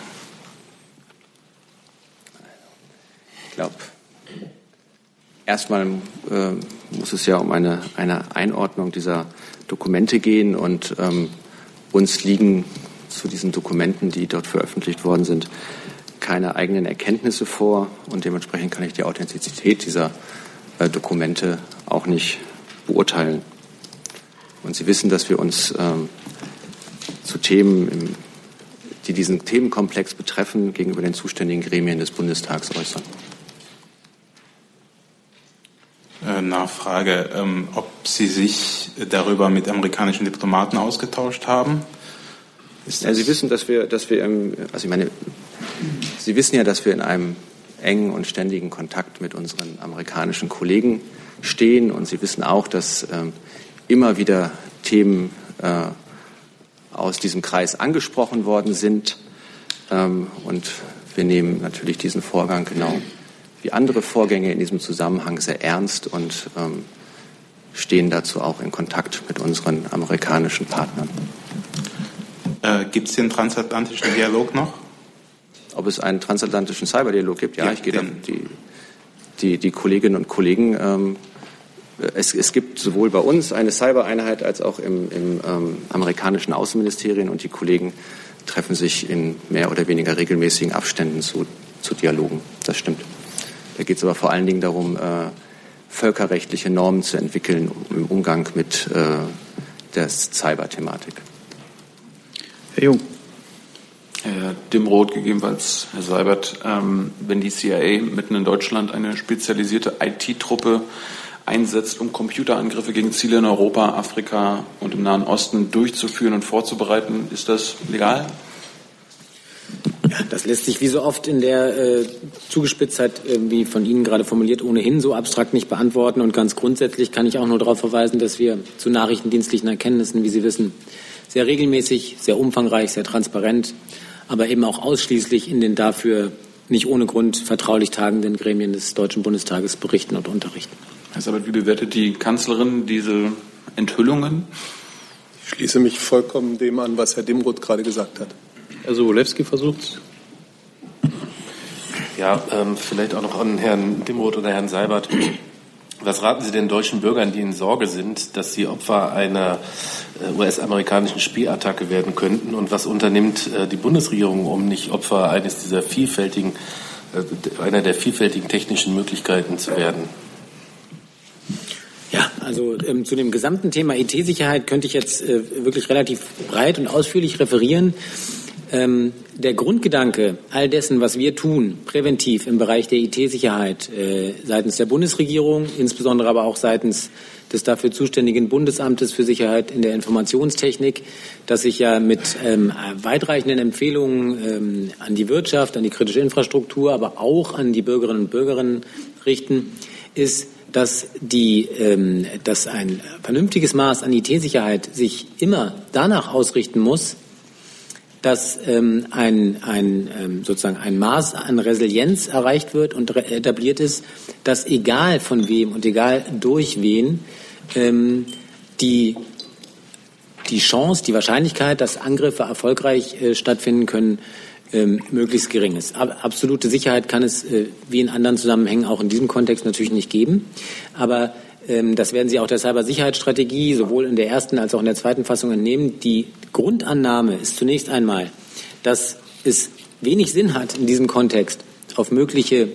Ich glaube, erstmal muss es ja um eine Einordnung dieser Dokumente gehen und uns liegen zu diesen Dokumenten, die dort veröffentlicht worden sind, keine eigenen Erkenntnisse vor und dementsprechend kann ich die Authentizität dieser Dokumente auch nicht beurteilen. Und Sie wissen, dass wir uns zu Themen, die diesen Themenkomplex betreffen, gegenüber den zuständigen Gremien des Bundestags äußern. Nachfrage, ob Sie sich darüber mit amerikanischen Diplomaten ausgetauscht haben? Ja, Sie wissen, Sie wissen ja, dass wir in einem engen und ständigen Kontakt mit unseren amerikanischen Kollegen stehen und Sie wissen auch, dass immer wieder Themen aus diesem Kreis angesprochen worden sind und wir nehmen natürlich diesen Vorgang genau wie andere Vorgänge in diesem Zusammenhang sehr ernst und stehen dazu auch in Kontakt mit unseren amerikanischen Partnern. Gibt es den transatlantischen Dialog noch? Ob es einen transatlantischen Cyberdialog gibt? Ja, ich gehe dann die Kolleginnen und Kollegen. Es gibt sowohl bei uns eine Cyber-Einheit als auch im amerikanischen Außenministerien, und die Kollegen treffen sich in mehr oder weniger regelmäßigen Abständen zu Dialogen. Das stimmt. Da geht es aber vor allen Dingen darum, völkerrechtliche Normen zu entwickeln im Umgang mit der Cyber-Thematik. Herr Jung. Herr Dimroth, gegebenenfalls Herr Seibert, wenn die CIA mitten in Deutschland eine spezialisierte IT-Truppe einsetzt, um Computerangriffe gegen Ziele in Europa, Afrika und im Nahen Osten durchzuführen und vorzubereiten, ist das legal? Ja, das lässt sich wie so oft in der Zugespitztheit, wie von Ihnen gerade formuliert, ohnehin so abstrakt nicht beantworten. Und ganz grundsätzlich kann ich auch nur darauf verweisen, dass wir zu nachrichtendienstlichen Erkenntnissen, wie Sie wissen, sehr regelmäßig, sehr umfangreich, sehr transparent, aber eben auch ausschließlich in den dafür nicht ohne Grund vertraulich tagenden Gremien des Deutschen Bundestages berichten und unterrichten. Herr Seibert, wie bewertet die Kanzlerin diese Enthüllungen? Ich schließe mich vollkommen dem an, was Herr Dimroth gerade gesagt hat. Herr Sobolewski versucht. Ja, vielleicht auch noch an Herrn Dimroth oder Herrn Seibert. Was raten Sie den deutschen Bürgern, die in Sorge sind, dass sie Opfer einer US-amerikanischen Spielattacke werden könnten? Und was unternimmt die Bundesregierung, um nicht Opfer einer der vielfältigen technischen Möglichkeiten zu werden? Ja, also zu dem gesamten Thema IT-Sicherheit könnte ich jetzt wirklich relativ breit und ausführlich referieren. Der Grundgedanke all dessen, was wir tun, präventiv im Bereich der IT-Sicherheit seitens der Bundesregierung, insbesondere aber auch seitens des dafür zuständigen Bundesamtes für Sicherheit in der Informationstechnik, das sich ja mit weitreichenden Empfehlungen an die Wirtschaft, an die kritische Infrastruktur, aber auch an die Bürgerinnen und Bürger richten, ist, dass ein vernünftiges Maß an IT-Sicherheit sich immer danach ausrichten muss, dass sozusagen ein Maß an Resilienz erreicht wird und etabliert ist, dass egal von wem und egal durch wen die Chance, die Wahrscheinlichkeit, dass Angriffe erfolgreich stattfinden können, möglichst gering ist. Absolute Sicherheit kann es wie in anderen Zusammenhängen auch in diesem Kontext natürlich nicht geben, aber das werden Sie auch der Cybersicherheitsstrategie sowohl in der ersten als auch in der zweiten Fassung entnehmen. Die Grundannahme ist zunächst einmal, dass es wenig Sinn hat, in diesem Kontext auf mögliche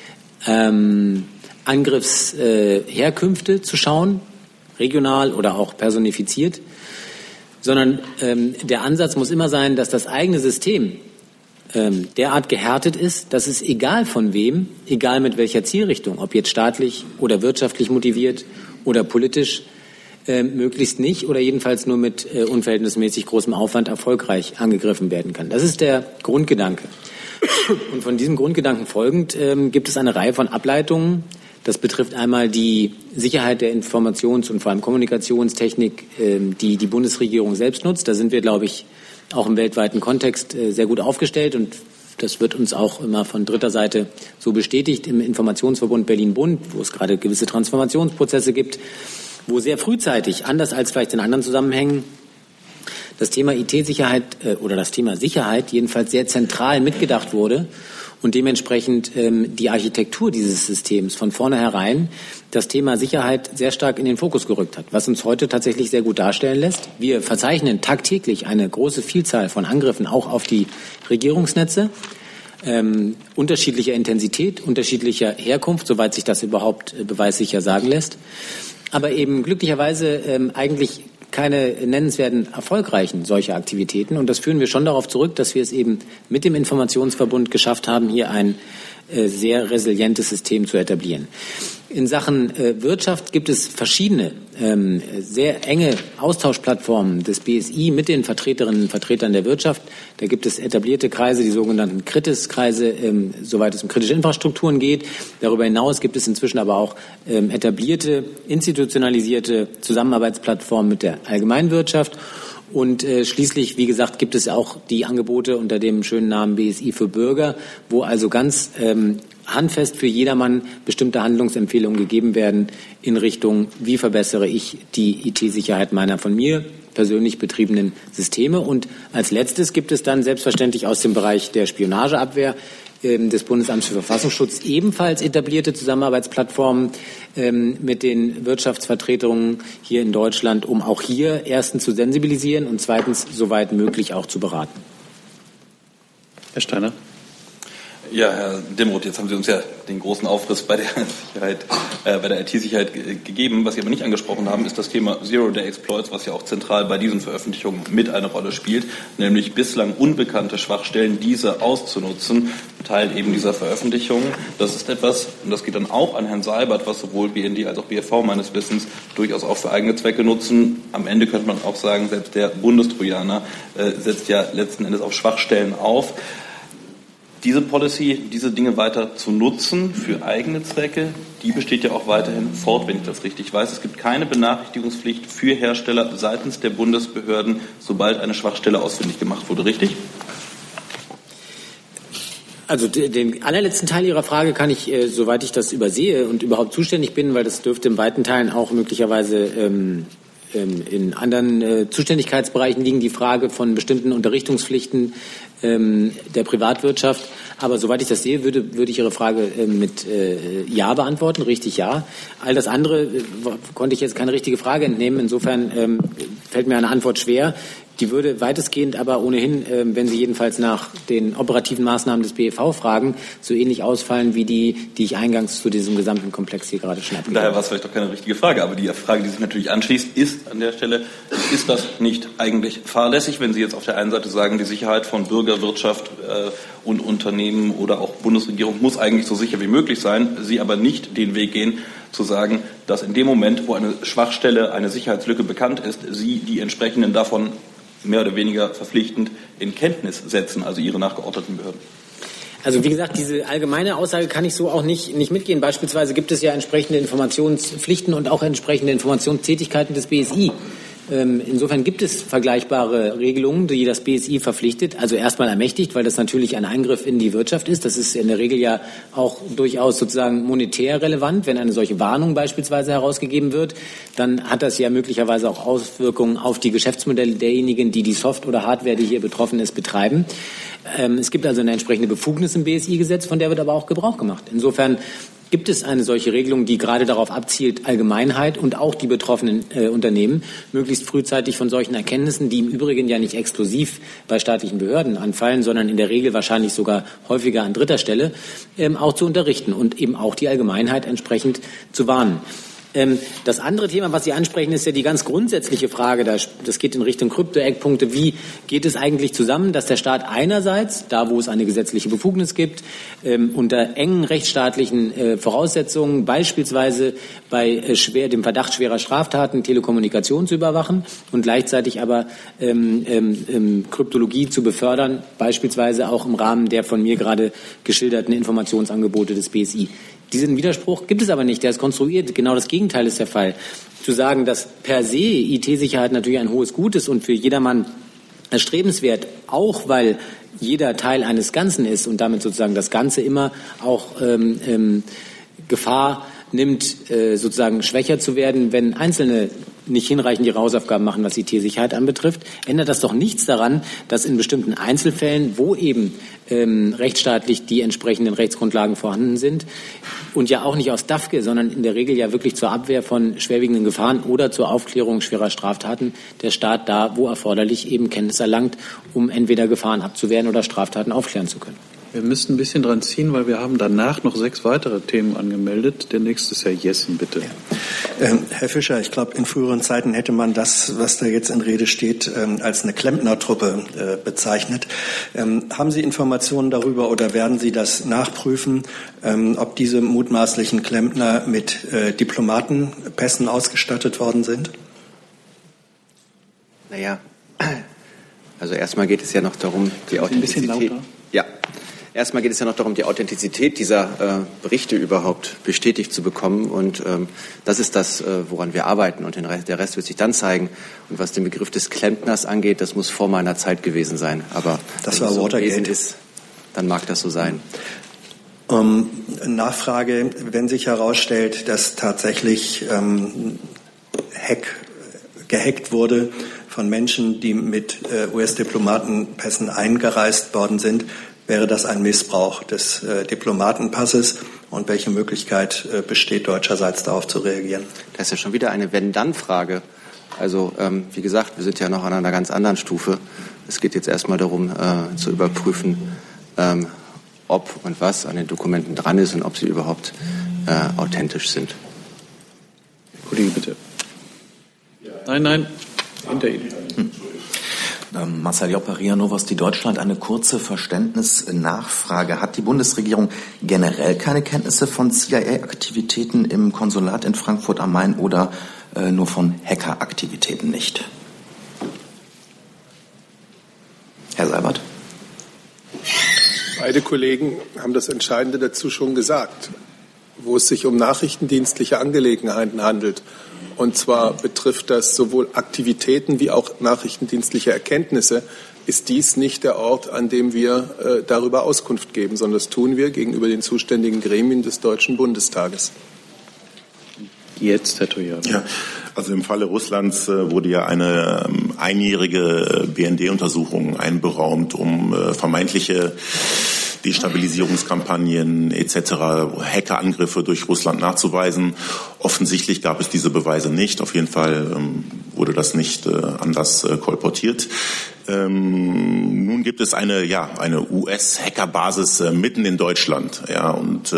Angriffsherkünfte zu schauen, regional oder auch personifiziert, sondern der Ansatz muss immer sein, dass das eigene System derart gehärtet ist, dass es egal von wem, egal mit welcher Zielrichtung, ob jetzt staatlich oder wirtschaftlich motiviert oder politisch, möglichst nicht oder jedenfalls nur mit unverhältnismäßig großem Aufwand erfolgreich angegriffen werden kann. Das ist der Grundgedanke. Und von diesem Grundgedanken folgend gibt es eine Reihe von Ableitungen. Das betrifft einmal die Sicherheit der Informations- und vor allem Kommunikationstechnik, die die Bundesregierung selbst nutzt. Da sind wir, glaube ich, auch im weltweiten Kontext sehr gut aufgestellt, und das wird uns auch immer von dritter Seite so bestätigt im Informationsverbund Berlin-Bund, wo es gerade gewisse Transformationsprozesse gibt, wo sehr frühzeitig, anders als vielleicht in anderen Zusammenhängen, das Thema IT-Sicherheit oder das Thema Sicherheit jedenfalls sehr zentral mitgedacht wurde und dementsprechend die Architektur dieses Systems von vornherein das Thema Sicherheit sehr stark in den Fokus gerückt hat, was uns heute tatsächlich sehr gut darstellen lässt. Wir verzeichnen tagtäglich eine große Vielzahl von Angriffen auch auf die Regierungsnetze, unterschiedlicher Intensität, unterschiedlicher Herkunft, soweit sich das überhaupt beweissicher sagen lässt, aber eben glücklicherweise eigentlich keine nennenswerten erfolgreichen solcher Aktivitäten. Und das führen wir schon darauf zurück, dass wir es eben mit dem Informationsverbund geschafft haben, hier ein sehr resilientes System zu etablieren. In Sachen Wirtschaft gibt es verschiedene sehr enge Austauschplattformen des BSI mit den Vertreterinnen und Vertretern der Wirtschaft. Da gibt es etablierte Kreise, die sogenannten KRITIS-Kreise, soweit es um kritische Infrastrukturen geht. Darüber hinaus gibt es inzwischen aber auch etablierte, institutionalisierte Zusammenarbeitsplattformen mit der Allgemeinwirtschaft. Und schließlich, wie gesagt, gibt es auch die Angebote unter dem schönen Namen BSI für Bürger, wo also ganz handfest für jedermann bestimmte Handlungsempfehlungen gegeben werden in Richtung, wie verbessere ich die IT-Sicherheit meiner von mir persönlich betriebenen Systeme. Und als letztes gibt es dann selbstverständlich aus dem Bereich der Spionageabwehr des Bundesamts für Verfassungsschutz ebenfalls etablierte Zusammenarbeitsplattformen mit den Wirtschaftsvertretungen hier in Deutschland, um auch hier erstens zu sensibilisieren und zweitens soweit möglich auch zu beraten. Herr Steiner. Ja, Herr Dimroth, jetzt haben Sie uns ja den großen Aufriss bei der Sicherheit, bei der IT-Sicherheit gegeben. Was Sie aber nicht angesprochen haben, ist das Thema Zero-Day-Exploits, was ja auch zentral bei diesen Veröffentlichungen mit eine Rolle spielt, nämlich bislang unbekannte Schwachstellen, diese auszunutzen, Teil eben dieser Veröffentlichungen. Das ist etwas, und das geht dann auch an Herrn Seibert, was sowohl BND als auch BFV meines Wissens durchaus auch für eigene Zwecke nutzen. Am Ende könnte man auch sagen, selbst der Bundestrojaner setzt ja letzten Endes auf Schwachstellen auf. Diese Policy, diese Dinge weiter zu nutzen für eigene Zwecke, die besteht ja auch weiterhin fort, wenn ich das richtig weiß. Es gibt keine Benachrichtigungspflicht für Hersteller seitens der Bundesbehörden, sobald eine Schwachstelle ausfindig gemacht wurde, richtig? Also den allerletzten Teil Ihrer Frage kann ich, soweit ich das übersehe und überhaupt zuständig bin, weil das dürfte in weiten Teilen auch möglicherweise in anderen Zuständigkeitsbereichen liegen, die Frage von bestimmten Unterrichtungspflichten der Privatwirtschaft. Aber soweit ich das sehe, würde ich Ihre Frage mit Ja beantworten, richtig ja. All das andere konnte ich jetzt keine richtige Frage entnehmen. Insofern fällt mir eine Antwort schwer. Die würde weitestgehend aber ohnehin, wenn Sie jedenfalls nach den operativen Maßnahmen des BFV fragen, so ähnlich ausfallen wie die ich eingangs zu diesem gesamten Komplex hier gerade schon abgegeben habe. Daher war es vielleicht doch keine richtige Frage. Aber die Frage, die sich natürlich anschließt, ist an der Stelle, ist das nicht eigentlich fahrlässig, wenn Sie jetzt auf der einen Seite sagen, die Sicherheit von Bürger, Wirtschaft und Unternehmen oder auch Bundesregierung muss eigentlich so sicher wie möglich sein, Sie aber nicht den Weg gehen, zu sagen, dass in dem Moment, wo eine Schwachstelle, eine Sicherheitslücke bekannt ist, Sie die entsprechenden davon mehr oder weniger verpflichtend in Kenntnis setzen, also Ihre nachgeordneten Behörden? Also wie gesagt, diese allgemeine Aussage kann ich so auch nicht mitgehen. Beispielsweise gibt es ja entsprechende Informationspflichten und auch entsprechende Informationstätigkeiten des BSI. Insofern gibt es vergleichbare Regelungen, die das BSI verpflichtet, also erstmal ermächtigt, weil das natürlich ein Eingriff in die Wirtschaft ist. Das ist in der Regel ja auch durchaus sozusagen monetär relevant. Wenn eine solche Warnung beispielsweise herausgegeben wird, dann hat das ja möglicherweise auch Auswirkungen auf die Geschäftsmodelle derjenigen, die die Soft- oder Hardware, die hier betroffen ist, betreiben. Es gibt also eine entsprechende Befugnis im BSI-Gesetz, von der wird aber auch Gebrauch gemacht. Insofern gibt es eine solche Regelung, die gerade darauf abzielt, Allgemeinheit und auch die betroffenen Unternehmen möglichst frühzeitig von solchen Erkenntnissen, die im Übrigen ja nicht exklusiv bei staatlichen Behörden anfallen, sondern in der Regel wahrscheinlich sogar häufiger an dritter Stelle, auch zu unterrichten und eben auch die Allgemeinheit entsprechend zu warnen. Das andere Thema, was Sie ansprechen, ist ja die ganz grundsätzliche Frage, das geht in Richtung Krypto-Eckpunkte. Wie geht es eigentlich zusammen, dass der Staat einerseits, da wo es eine gesetzliche Befugnis gibt, unter engen rechtsstaatlichen Voraussetzungen, beispielsweise bei dem Verdacht schwerer Straftaten Telekommunikation zu überwachen und gleichzeitig aber Kryptologie zu befördern, beispielsweise auch im Rahmen der von mir gerade geschilderten Informationsangebote des BSI. Diesen Widerspruch gibt es aber nicht, der ist konstruiert. Genau das Gegenteil ist der Fall. Zu sagen, dass per se IT-Sicherheit natürlich ein hohes Gut ist und für jedermann erstrebenswert, auch weil jeder Teil eines Ganzen ist und damit sozusagen das Ganze immer auch Gefahr nimmt, sozusagen schwächer zu werden, wenn Einzelne nicht hinreichend ihre Hausaufgaben machen, was IT-Sicherheit anbetrifft, ändert das doch nichts daran, dass in bestimmten Einzelfällen, wo eben rechtsstaatlich die entsprechenden Rechtsgrundlagen vorhanden sind und ja auch nicht aus DAFKE, sondern in der Regel ja wirklich zur Abwehr von schwerwiegenden Gefahren oder zur Aufklärung schwerer Straftaten, der Staat da, wo erforderlich, eben Kenntnis erlangt, um entweder Gefahren abzuwehren oder Straftaten aufklären zu können. Wir müssen ein bisschen dran ziehen, weil wir haben danach noch 6 weitere Themen angemeldet. Der nächste ist Herr Jessen, bitte. Ja. Herr Fischer, ich glaube, in früheren Zeiten hätte man das, was da jetzt in Rede steht, als eine Klempnertruppe bezeichnet. Haben Sie Informationen darüber oder werden Sie das nachprüfen, ob diese mutmaßlichen Klempner mit Diplomatenpässen ausgestattet worden sind? Naja, also erstmal geht es ja noch darum, die Authentizität. Ein bisschen lauter. Ja. Erstmal geht es ja noch darum, die Authentizität dieser Berichte überhaupt bestätigt zu bekommen. Und das ist das, woran wir arbeiten. Und der Rest wird sich dann zeigen. Und was den Begriff des Klempners angeht, das muss vor meiner Zeit gewesen sein. Aber das war Watergate. Ist, dann mag das so sein. Nachfrage, wenn sich herausstellt, dass tatsächlich gehackt wurde von Menschen, die mit US-Diplomatenpässen eingereist worden sind, wäre das ein Missbrauch des Diplomatenpasses und welche Möglichkeit besteht deutscherseits darauf zu reagieren? Das ist ja schon wieder eine Wenn-Dann-Frage. Also wie gesagt, wir sind ja noch an einer ganz anderen Stufe. Es geht jetzt erstmal darum, zu überprüfen, ob und was an den Dokumenten dran ist und ob sie überhaupt authentisch sind. Kollege, bitte. Nein, hinter Ihnen. Marcel Jopp, RIA Novosti Deutschland. Eine kurze Verständnisnachfrage. Hat die Bundesregierung generell keine Kenntnisse von CIA-Aktivitäten im Konsulat in Frankfurt am Main oder nur von Hackeraktivitäten nicht? Herr Seibert. Beide Kollegen haben das Entscheidende dazu schon gesagt, wo es sich um nachrichtendienstliche Angelegenheiten handelt. Und zwar betrifft das sowohl Aktivitäten wie auch nachrichtendienstliche Erkenntnisse, ist dies nicht der Ort, an dem wir darüber Auskunft geben, sondern das tun wir gegenüber den zuständigen Gremien des Deutschen Bundestages. Jetzt, Herr Toyama. Ja, also im Falle Russlands wurde ja eine einjährige BND-Untersuchung einberaumt, um vermeintliche Destabilisierungskampagnen etc., Hackerangriffe durch Russland nachzuweisen. Offensichtlich gab es diese Beweise nicht. Auf jeden Fall wurde das nicht anders kolportiert. Nun gibt es eine US-Hackerbasis mitten in Deutschland. Ja, und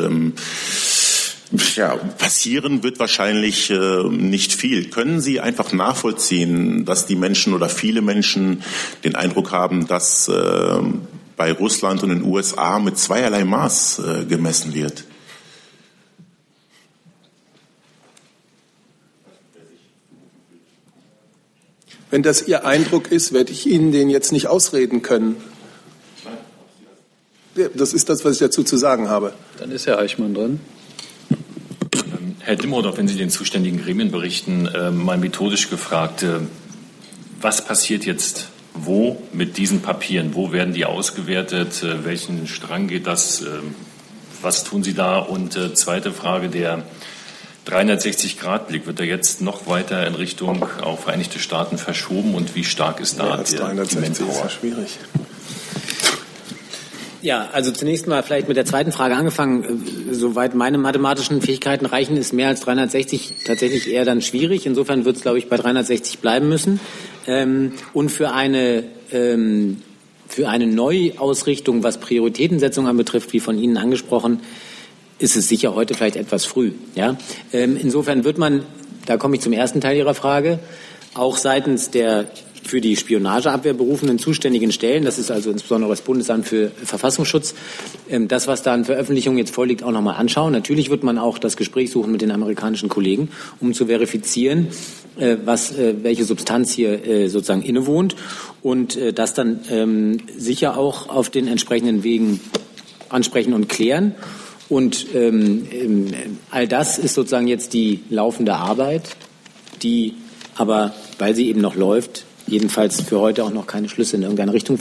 passieren wird wahrscheinlich nicht viel. Können Sie einfach nachvollziehen, dass die Menschen oder viele Menschen den Eindruck haben, dass bei Russland und den USA mit zweierlei Maß gemessen wird? Wenn das Ihr Eindruck ist, werde ich Ihnen den jetzt nicht ausreden können. Das ist das, was ich dazu zu sagen habe. Dann ist Herr Eichmann dran. Herr Dimroth, wenn Sie den zuständigen Gremien berichten, mal methodisch gefragt, was passiert jetzt wo mit diesen Papieren? Wo werden die ausgewertet? Welchen Strang geht das? Was tun Sie da? Und zweite Frage, der 360-Grad-Blick, wird er jetzt noch weiter in Richtung auch Vereinigte Staaten verschoben? Und wie stark ist da die Manpower? Ist ja schwierig. Ja, also zunächst mal vielleicht mit der zweiten Frage angefangen. Soweit meine mathematischen Fähigkeiten reichen, ist mehr als 360 tatsächlich eher dann schwierig. Insofern wird es, glaube ich, bei 360 bleiben müssen. Und für eine Neuausrichtung, was Prioritätensetzung anbetrifft, wie von Ihnen angesprochen, ist es sicher heute vielleicht etwas früh. Ja? Insofern wird man, da komme ich zum ersten Teil Ihrer Frage, auch seitens der für die Spionageabwehr berufenen zuständigen Stellen, das ist also insbesondere das Bundesamt für Verfassungsschutz, das, was da an Veröffentlichungen jetzt vorliegt, auch nochmal anschauen. Natürlich wird man auch das Gespräch suchen mit den amerikanischen Kollegen, um zu verifizieren, welche Substanz hier sozusagen innewohnt und das dann sicher auch auf den entsprechenden Wegen ansprechen und klären. Und all das ist sozusagen jetzt die laufende Arbeit, die aber, weil sie eben noch läuft, jedenfalls für heute auch noch keine Schlüsse in irgendeine Richtung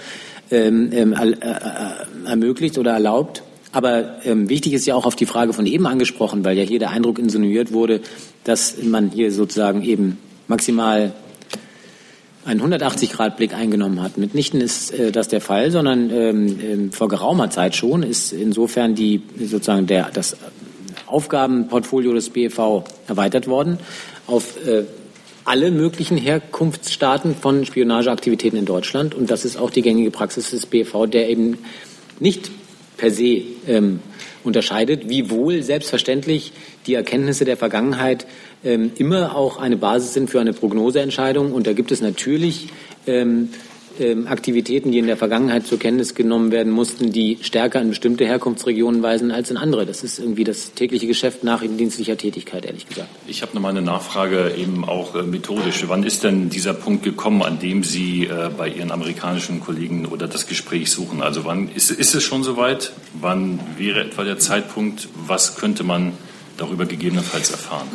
ermöglicht oder erlaubt. Aber wichtig ist ja auch auf die Frage von eben angesprochen, weil ja hier der Eindruck insinuiert wurde, dass man hier sozusagen eben maximal einen 180-Grad-Blick eingenommen hat. Mitnichten ist das der Fall, sondern vor geraumer Zeit schon ist insofern das Aufgabenportfolio des BfV erweitert worden auf alle möglichen Herkunftsstaaten von Spionageaktivitäten in Deutschland. Und das ist auch die gängige Praxis des BfV, der eben nicht per se unterscheidet, wiewohl selbstverständlich die Erkenntnisse der Vergangenheit immer auch eine Basis sind für eine Prognoseentscheidung. Und da gibt es natürlich Aktivitäten, die in der Vergangenheit zur Kenntnis genommen werden mussten, die stärker in bestimmte Herkunftsregionen weisen als in andere. Das ist irgendwie das tägliche Geschäft nachrichtendienstlicher Tätigkeit, ehrlich gesagt. Ich habe noch mal eine Nachfrage, eben auch methodisch. Wann ist denn dieser Punkt gekommen, an dem Sie bei Ihren amerikanischen Kollegen oder das Gespräch suchen? Also wann ist es schon soweit? Wann wäre etwa der Zeitpunkt? Was könnte man darüber gegebenenfalls erfahren?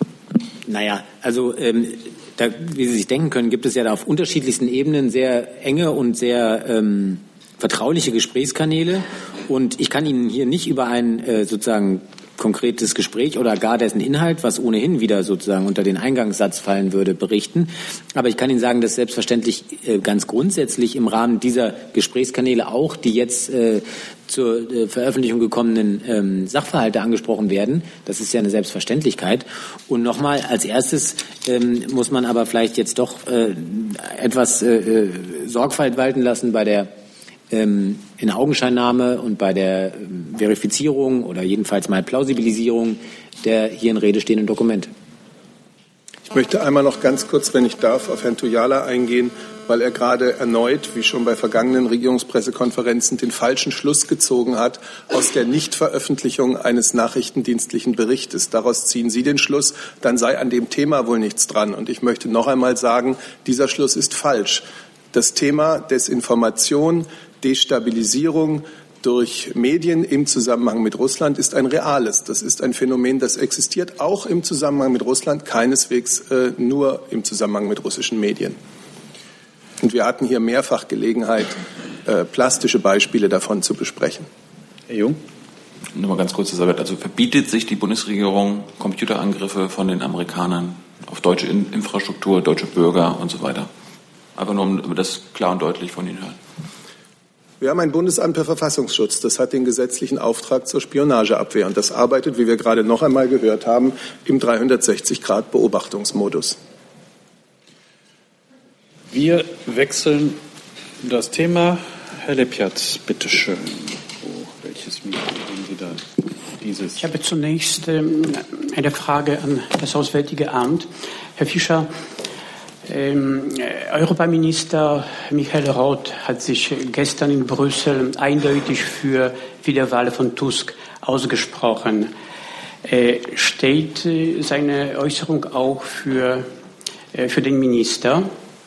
Naja, also wie Sie sich denken können, gibt es ja da auf unterschiedlichsten Ebenen sehr enge und sehr vertrauliche Gesprächskanäle. Und ich kann Ihnen hier nicht über ein sozusagen konkretes Gespräch oder gar dessen Inhalt, was ohnehin wieder sozusagen unter den Eingangssatz fallen würde, berichten. Aber ich kann Ihnen sagen, dass selbstverständlich ganz grundsätzlich im Rahmen dieser Gesprächskanäle auch die jetzt zur Veröffentlichung gekommenen Sachverhalte angesprochen werden. Das ist ja eine Selbstverständlichkeit. Und nochmal, als erstes muss man aber vielleicht jetzt doch etwas Sorgfalt walten lassen bei der Inaugenscheinnahme und bei der Verifizierung oder jedenfalls mal Plausibilisierung der hier in Rede stehenden Dokumente. Ich möchte einmal noch ganz kurz, wenn ich darf, auf Herrn Toujala eingehen, weil er gerade erneut, wie schon bei vergangenen Regierungspressekonferenzen, den falschen Schluss gezogen hat aus der Nichtveröffentlichung eines nachrichtendienstlichen Berichtes. Daraus ziehen Sie den Schluss, dann sei an dem Thema wohl nichts dran. Und ich möchte noch einmal sagen, dieser Schluss ist falsch. Das Thema Desinformation, Destabilisierung durch Medien im Zusammenhang mit Russland ist ein reales. Das ist ein Phänomen, das existiert auch im Zusammenhang mit Russland, keineswegs nur im Zusammenhang mit russischen Medien. Und wir hatten hier mehrfach Gelegenheit, plastische Beispiele davon zu besprechen. Herr Jung? Nur mal ganz kurz, also verbietet sich die Bundesregierung Computerangriffe von den Amerikanern auf deutsche Infrastruktur, deutsche Bürger und so weiter? Einfach nur, um das klar und deutlich von Ihnen hören. Wir haben ein Bundesamt für Verfassungsschutz, das hat den gesetzlichen Auftrag zur Spionageabwehr und das arbeitet, wie wir gerade noch einmal gehört haben, im 360-Grad-Beobachtungsmodus. Wir wechseln das Thema. Herr Lepjatz, bitteschön. Welches Mikro haben Sie da? Dieses. Ich habe zunächst eine Frage an das Auswärtige Amt. Herr Fischer, Europaminister Michael Roth hat sich gestern in Brüssel eindeutig für Wiederwahl von Tusk ausgesprochen. Steht seine Äußerung auch für den Minister?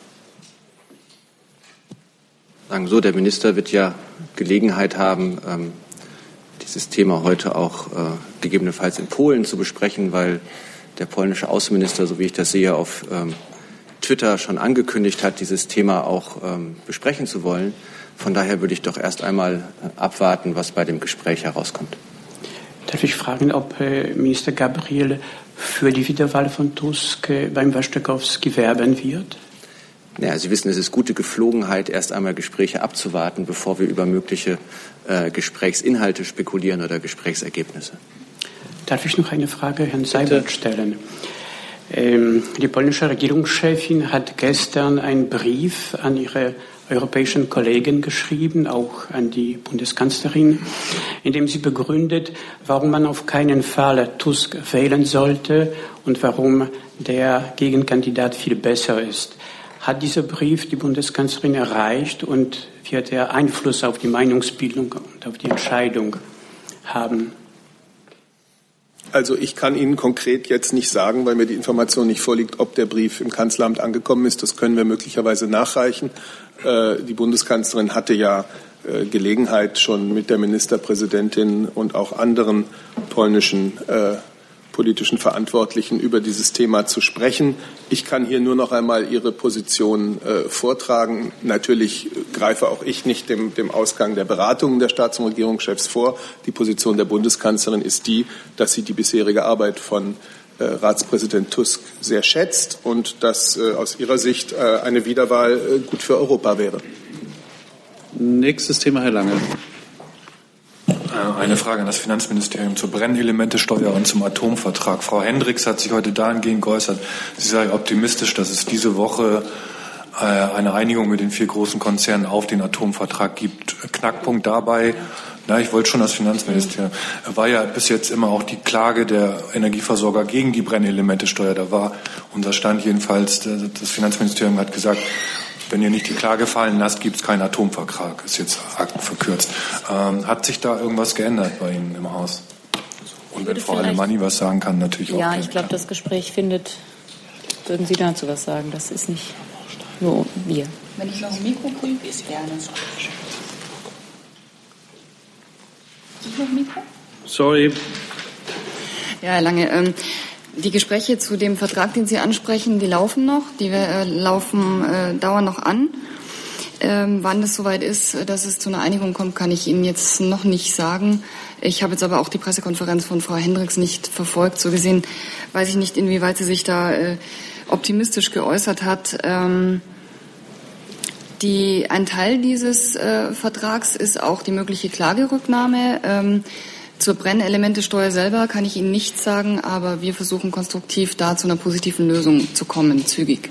Sagen so, der Minister wird ja Gelegenheit haben, dieses Thema heute auch gegebenenfalls in Polen zu besprechen, weil der polnische Außenminister, so wie ich das sehe, auf Twitter schon angekündigt hat, dieses Thema auch besprechen zu wollen. Von daher würde ich doch erst einmal abwarten, was bei dem Gespräch herauskommt. Darf ich fragen, ob Minister Gabriel für die Wiederwahl von Tusk beim Waszczykowski werben wird? Ja, Sie wissen, es ist gute Geflogenheit, erst einmal Gespräche abzuwarten, bevor wir über mögliche Gesprächsinhalte spekulieren oder Gesprächsergebnisse. Darf ich noch eine Frage Herrn Seibert stellen? Die polnische Regierungschefin hat gestern einen Brief an ihre europäischen Kollegen geschrieben, auch an die Bundeskanzlerin, in dem sie begründet, warum man auf keinen Fall Tusk wählen sollte und warum der Gegenkandidat viel besser ist. Hat dieser Brief die Bundeskanzlerin erreicht und wird er Einfluss auf die Meinungsbildung und auf die Entscheidung haben? Also ich kann Ihnen konkret jetzt nicht sagen, weil mir die Information nicht vorliegt, ob der Brief im Kanzleramt angekommen ist. Das können wir möglicherweise nachreichen. Die Bundeskanzlerin hatte ja Gelegenheit, schon mit der Ministerpräsidentin und auch anderen polnischen politischen Verantwortlichen über dieses Thema zu sprechen. Ich kann hier nur noch einmal Ihre Position vortragen. Natürlich greife auch ich nicht dem Ausgang der Beratungen der Staats- und Regierungschefs vor. Die Position der Bundeskanzlerin ist die, dass sie die bisherige Arbeit von Ratspräsident Tusk sehr schätzt und dass aus ihrer Sicht eine Wiederwahl gut für Europa wäre. Nächstes Thema, Herr Lange. Eine Frage an das Finanzministerium zur Brennelementesteuer und zum Atomvertrag. Frau Hendricks hat sich heute dahingehend geäußert, sie sei optimistisch, dass es diese Woche eine Einigung mit den 4 großen Konzernen auf den Atomvertrag gibt. Knackpunkt dabei, ich wollte schon das Finanzministerium, war ja bis jetzt immer auch die Klage der Energieversorger gegen die Brennelementesteuer. Da war unser Stand jedenfalls, das Finanzministerium hat gesagt, wenn ihr nicht die Klage fallen lasst, gibt es keinen Atomvertrag. Ist jetzt verkürzt. Hat sich da irgendwas geändert bei Ihnen im Haus? Und wenn Frau Alemanni was sagen kann, natürlich auch. Ja, ich glaube, das Gespräch würden Sie dazu was sagen? Das ist nicht nur wir. Wenn ich noch ein Mikro kriege, ist gerne. Ist noch ein Mikro? Sorry. Ja, Herr Lange, die Gespräche zu dem Vertrag, den Sie ansprechen, die laufen noch, dauern noch an. Wann es soweit ist, dass es zu einer Einigung kommt, kann ich Ihnen jetzt noch nicht sagen. Ich habe jetzt aber auch die Pressekonferenz von Frau Hendricks nicht verfolgt. So gesehen weiß ich nicht, inwieweit sie sich da optimistisch geäußert hat. Ein Teil dieses Vertrags ist auch die mögliche Klagerücknahme. Zur Brennelementesteuer selber kann ich Ihnen nichts sagen, aber wir versuchen konstruktiv da zu einer positiven Lösung zu kommen, zügig.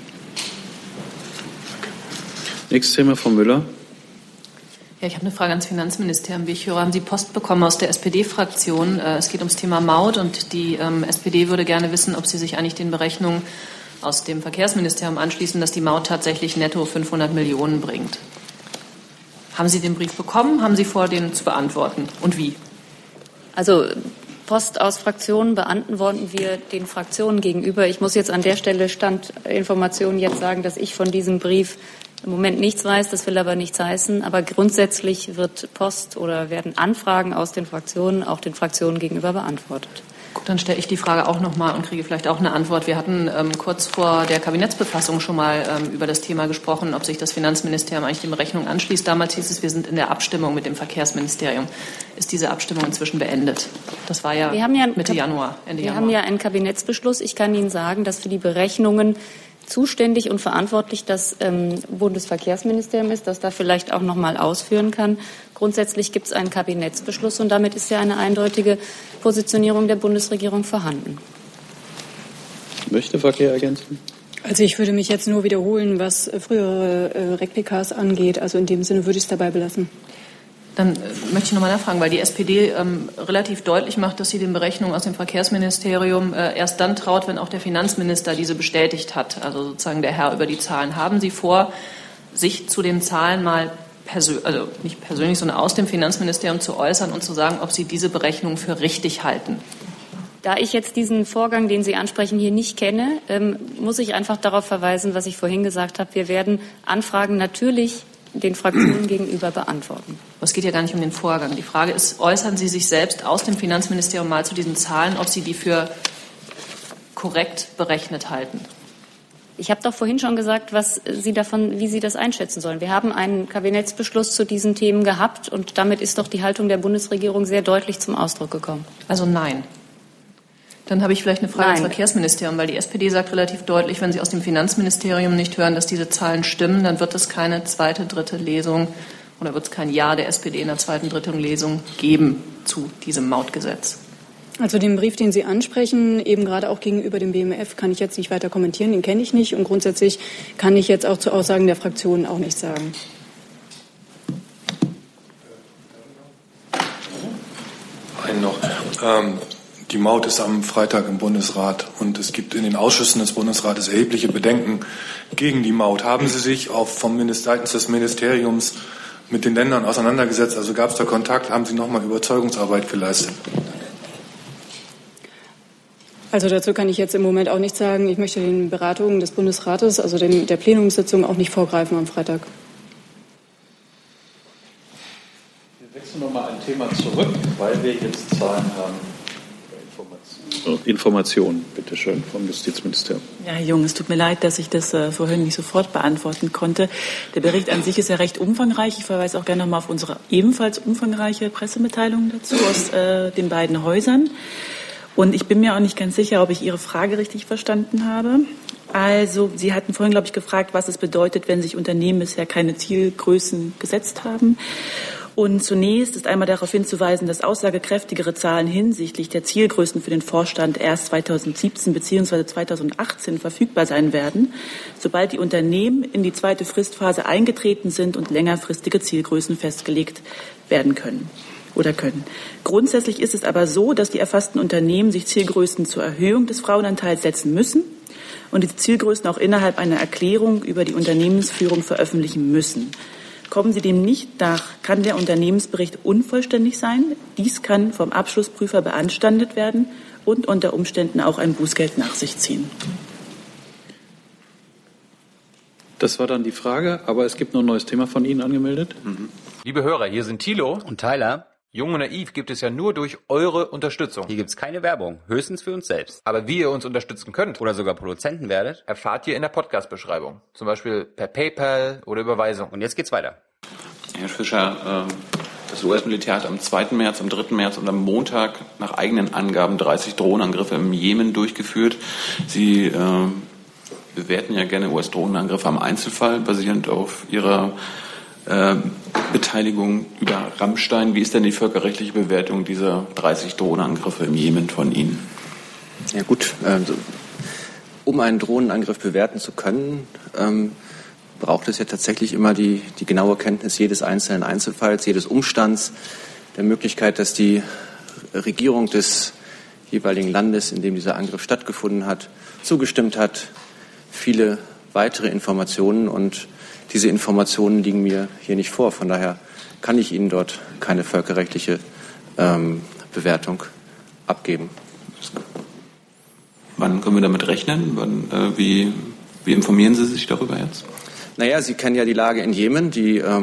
Nächstes Thema, Frau Müller. Ja, ich habe eine Frage ans Finanzministerium. Wie ich höre, haben Sie Post bekommen aus der SPD-Fraktion. Es geht ums Thema Maut und die SPD würde gerne wissen, ob Sie sich eigentlich den Berechnungen aus dem Verkehrsministerium anschließen, dass die Maut tatsächlich netto 500 Millionen bringt. Haben Sie den Brief bekommen? Haben Sie vor, den zu beantworten? Und wie? Also Post aus Fraktionen beantworten wir den Fraktionen gegenüber. Ich muss jetzt an der Stelle Standinformationen jetzt sagen, dass ich von diesem Brief im Moment nichts weiß. Das will aber nichts heißen. Aber grundsätzlich wird Post oder werden Anfragen aus den Fraktionen auch den Fraktionen gegenüber beantwortet. Gut, dann stelle ich die Frage auch noch mal und kriege vielleicht auch eine Antwort. Wir hatten kurz vor der Kabinettsbefassung schon mal über das Thema gesprochen, ob sich das Finanzministerium eigentlich den Berechnungen anschließt. Damals hieß es, wir sind in der Abstimmung mit dem Verkehrsministerium. Ist diese Abstimmung inzwischen beendet? Das war ja, Mitte Januar, Ende Januar. Wir haben ja einen Kabinettsbeschluss. Ich kann Ihnen sagen, dass für die Berechnungen zuständig und verantwortlich das Bundesverkehrsministerium ist, das da vielleicht auch noch mal ausführen kann. Grundsätzlich gibt es einen Kabinettsbeschluss und damit ist ja eine eindeutige Positionierung der Bundesregierung vorhanden. Möchte Verkehr ergänzen? Also ich würde mich jetzt nur wiederholen, was frühere Replikas angeht. Also in dem Sinne würde ich es dabei belassen. Dann möchte ich noch mal nachfragen, weil die SPD relativ deutlich macht, dass sie den Berechnungen aus dem Verkehrsministerium erst dann traut, wenn auch der Finanzminister diese bestätigt hat, also sozusagen der Herr über die Zahlen. Haben Sie vor, sich zu den Zahlen mal also nicht persönlich, sondern aus dem Finanzministerium zu äußern und zu sagen, ob Sie diese Berechnungen für richtig halten? Da ich jetzt diesen Vorgang, den Sie ansprechen, hier nicht kenne, muss ich einfach darauf verweisen, was ich vorhin gesagt habe. Wir werden Anfragen natürlich den Fraktionen gegenüber beantworten. Es geht ja gar nicht um den Vorgang. Die Frage ist, äußern Sie sich selbst aus dem Finanzministerium mal zu diesen Zahlen, ob Sie die für korrekt berechnet halten? Ich habe doch vorhin schon gesagt, wie Sie das einschätzen sollen. Wir haben einen Kabinettsbeschluss zu diesen Themen gehabt und damit ist doch die Haltung der Bundesregierung sehr deutlich zum Ausdruck gekommen. Also nein. Dann habe ich vielleicht eine Frage ans Verkehrsministerium, weil die SPD sagt relativ deutlich, wenn Sie aus dem Finanzministerium nicht hören, dass diese Zahlen stimmen, dann wird es keine zweite, dritte Lesung oder wird es kein Ja der SPD in der zweiten, dritten Lesung geben zu diesem Mautgesetz. Also den Brief, den Sie ansprechen, eben gerade auch gegenüber dem BMF, kann ich jetzt nicht weiter kommentieren, den kenne ich nicht. Und grundsätzlich kann ich jetzt auch zu Aussagen der Fraktionen auch nichts sagen. Einen noch. Die Maut ist am Freitag im Bundesrat und es gibt in den Ausschüssen des Bundesrates erhebliche Bedenken gegen die Maut. Haben Sie sich seitens des Ministeriums mit den Ländern auseinandergesetzt? Also gab es da Kontakt? Haben Sie nochmal Überzeugungsarbeit geleistet? Also dazu kann ich jetzt im Moment auch nichts sagen. Ich möchte den Beratungen des Bundesrates, also der Plenumssitzung, auch nicht vorgreifen am Freitag. Wir wechseln nochmal ein Thema zurück, weil wir jetzt Zahlen haben. Informationen, bitte schön, vom Justizministerium. Ja, Herr Jung, es tut mir leid, dass ich das vorhin nicht sofort beantworten konnte. Der Bericht an sich ist ja recht umfangreich. Ich verweise auch gerne nochmal auf unsere ebenfalls umfangreiche Pressemitteilung dazu aus den beiden Häusern. Und ich bin mir auch nicht ganz sicher, ob ich Ihre Frage richtig verstanden habe. Also, Sie hatten vorhin, glaube ich, gefragt, was es bedeutet, wenn sich Unternehmen bisher keine Zielgrößen gesetzt haben. Und zunächst ist einmal darauf hinzuweisen, dass aussagekräftigere Zahlen hinsichtlich der Zielgrößen für den Vorstand erst 2017 bzw. 2018 verfügbar sein werden, sobald die Unternehmen in die zweite Fristphase eingetreten sind und längerfristige Zielgrößen festgelegt werden können. Grundsätzlich ist es aber so, dass die erfassten Unternehmen sich Zielgrößen zur Erhöhung des Frauenanteils setzen müssen und diese Zielgrößen auch innerhalb einer Erklärung über die Unternehmensführung veröffentlichen müssen. Kommen sie dem nicht nach, kann der Unternehmensbericht unvollständig sein. Dies kann vom Abschlussprüfer beanstandet werden und unter Umständen auch ein Bußgeld nach sich ziehen. Das war dann die Frage, aber es gibt noch ein neues Thema von Ihnen angemeldet. Liebe Hörer, hier sind Thilo und Tyler. Jung und Naiv gibt es ja nur durch eure Unterstützung. Hier gibt es keine Werbung, höchstens für uns selbst. Aber wie ihr uns unterstützen könnt oder sogar Produzenten werdet, erfahrt ihr in der Podcast-Beschreibung. Zum Beispiel per PayPal oder Überweisung. Und jetzt geht's weiter. Herr Fischer, das US-Militär hat am 2. März, am 3. März und am Montag nach eigenen Angaben 30 Drohnenangriffe im Jemen durchgeführt. Sie bewerten ja gerne US-Drohnenangriffe am Einzelfall, basierend auf Ihrer Beteiligung über Rammstein. Wie ist denn die völkerrechtliche Bewertung dieser 30 Drohnenangriffe im Jemen von Ihnen? Ja gut, um einen Drohnenangriff bewerten zu können, braucht es ja tatsächlich immer die genaue Kenntnis jedes einzelnen Einzelfalls, jedes Umstands, der Möglichkeit, dass die Regierung des jeweiligen Landes, in dem dieser Angriff stattgefunden hat, zugestimmt hat, viele weitere Informationen, und diese Informationen liegen mir hier nicht vor. Von daher kann ich Ihnen dort keine völkerrechtliche Bewertung abgeben. Wann können wir damit rechnen? Wie informieren Sie sich darüber jetzt? Naja, Sie kennen ja die Lage in Jemen.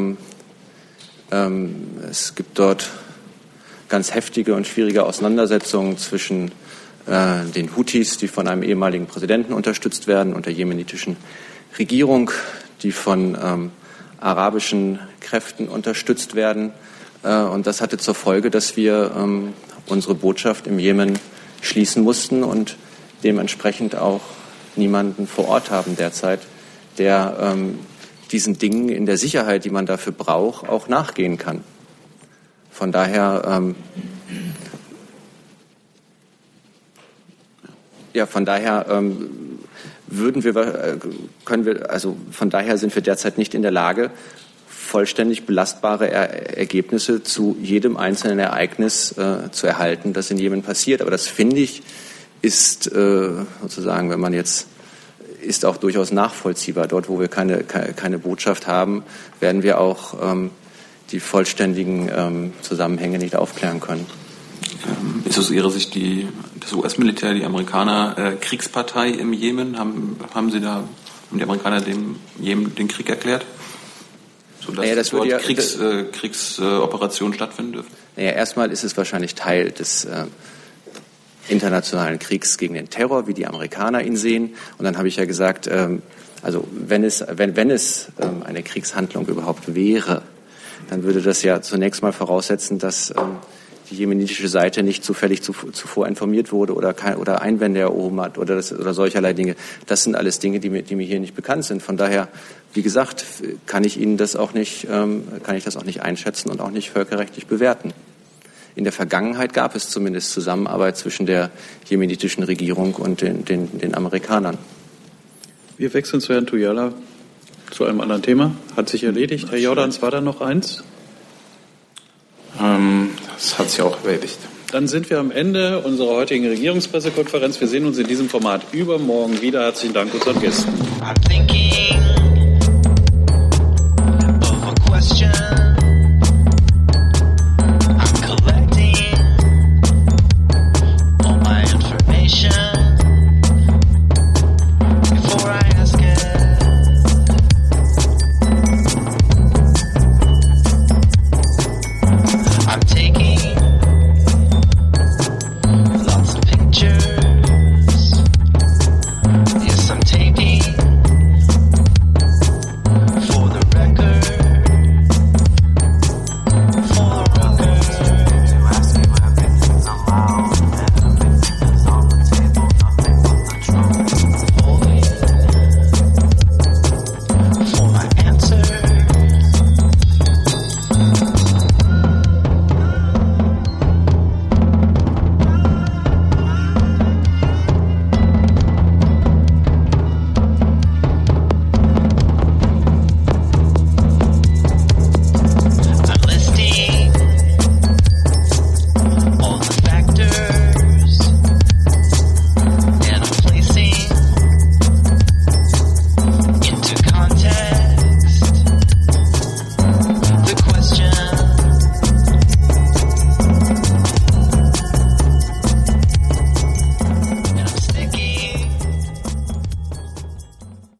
Es gibt dort ganz heftige und schwierige Auseinandersetzungen zwischen den Houthis, die von einem ehemaligen Präsidenten unterstützt werden, und der jemenitischen Regierung, die von arabischen Kräften unterstützt werden. Und das hatte zur Folge, dass wir unsere Botschaft im Jemen schließen mussten und dementsprechend auch niemanden vor Ort haben derzeit, der diesen Dingen in der Sicherheit, die man dafür braucht, auch nachgehen kann. Von daher von daher sind wir derzeit nicht in der Lage, vollständig belastbare Ergebnisse zu jedem einzelnen Ereignis zu erhalten, das in Jemen passiert. Aber das, finde ich, ist sozusagen, wenn man jetzt ist auch durchaus nachvollziehbar. Dort, wo wir keine Botschaft haben, werden wir auch die vollständigen Zusammenhänge nicht aufklären können. Ist aus Ihrer Sicht das US-Militär, die Amerikaner, Kriegspartei im Jemen? Haben die Amerikaner dem Jemen den Krieg erklärt? Sodass dort Kriegsoperationen stattfinden dürfen? Naja, erstmal ist es wahrscheinlich Teil des internationalen Kriegs gegen den Terror, wie die Amerikaner ihn sehen. Und dann habe ich ja gesagt, wenn es eine Kriegshandlung überhaupt wäre, dann würde das ja zunächst mal voraussetzen, dass die jemenitische Seite nicht zufällig zuvor informiert wurde oder Einwände erhoben hat oder solcherlei Dinge. Das sind alles Dinge, die mir hier nicht bekannt sind. Von daher, wie gesagt, kann ich das auch nicht einschätzen und auch nicht völkerrechtlich bewerten. In der Vergangenheit gab es zumindest Zusammenarbeit zwischen der jemenitischen Regierung und den Amerikanern. Wir wechseln zu Herrn Tuyala, zu einem anderen Thema. Hat sich erledigt. Herr Jordans, war da noch eins? Das hat sich auch erledigt. Dann sind wir am Ende unserer heutigen Regierungspressekonferenz. Wir sehen uns in diesem Format übermorgen wieder. Herzlichen Dank unseren Gästen.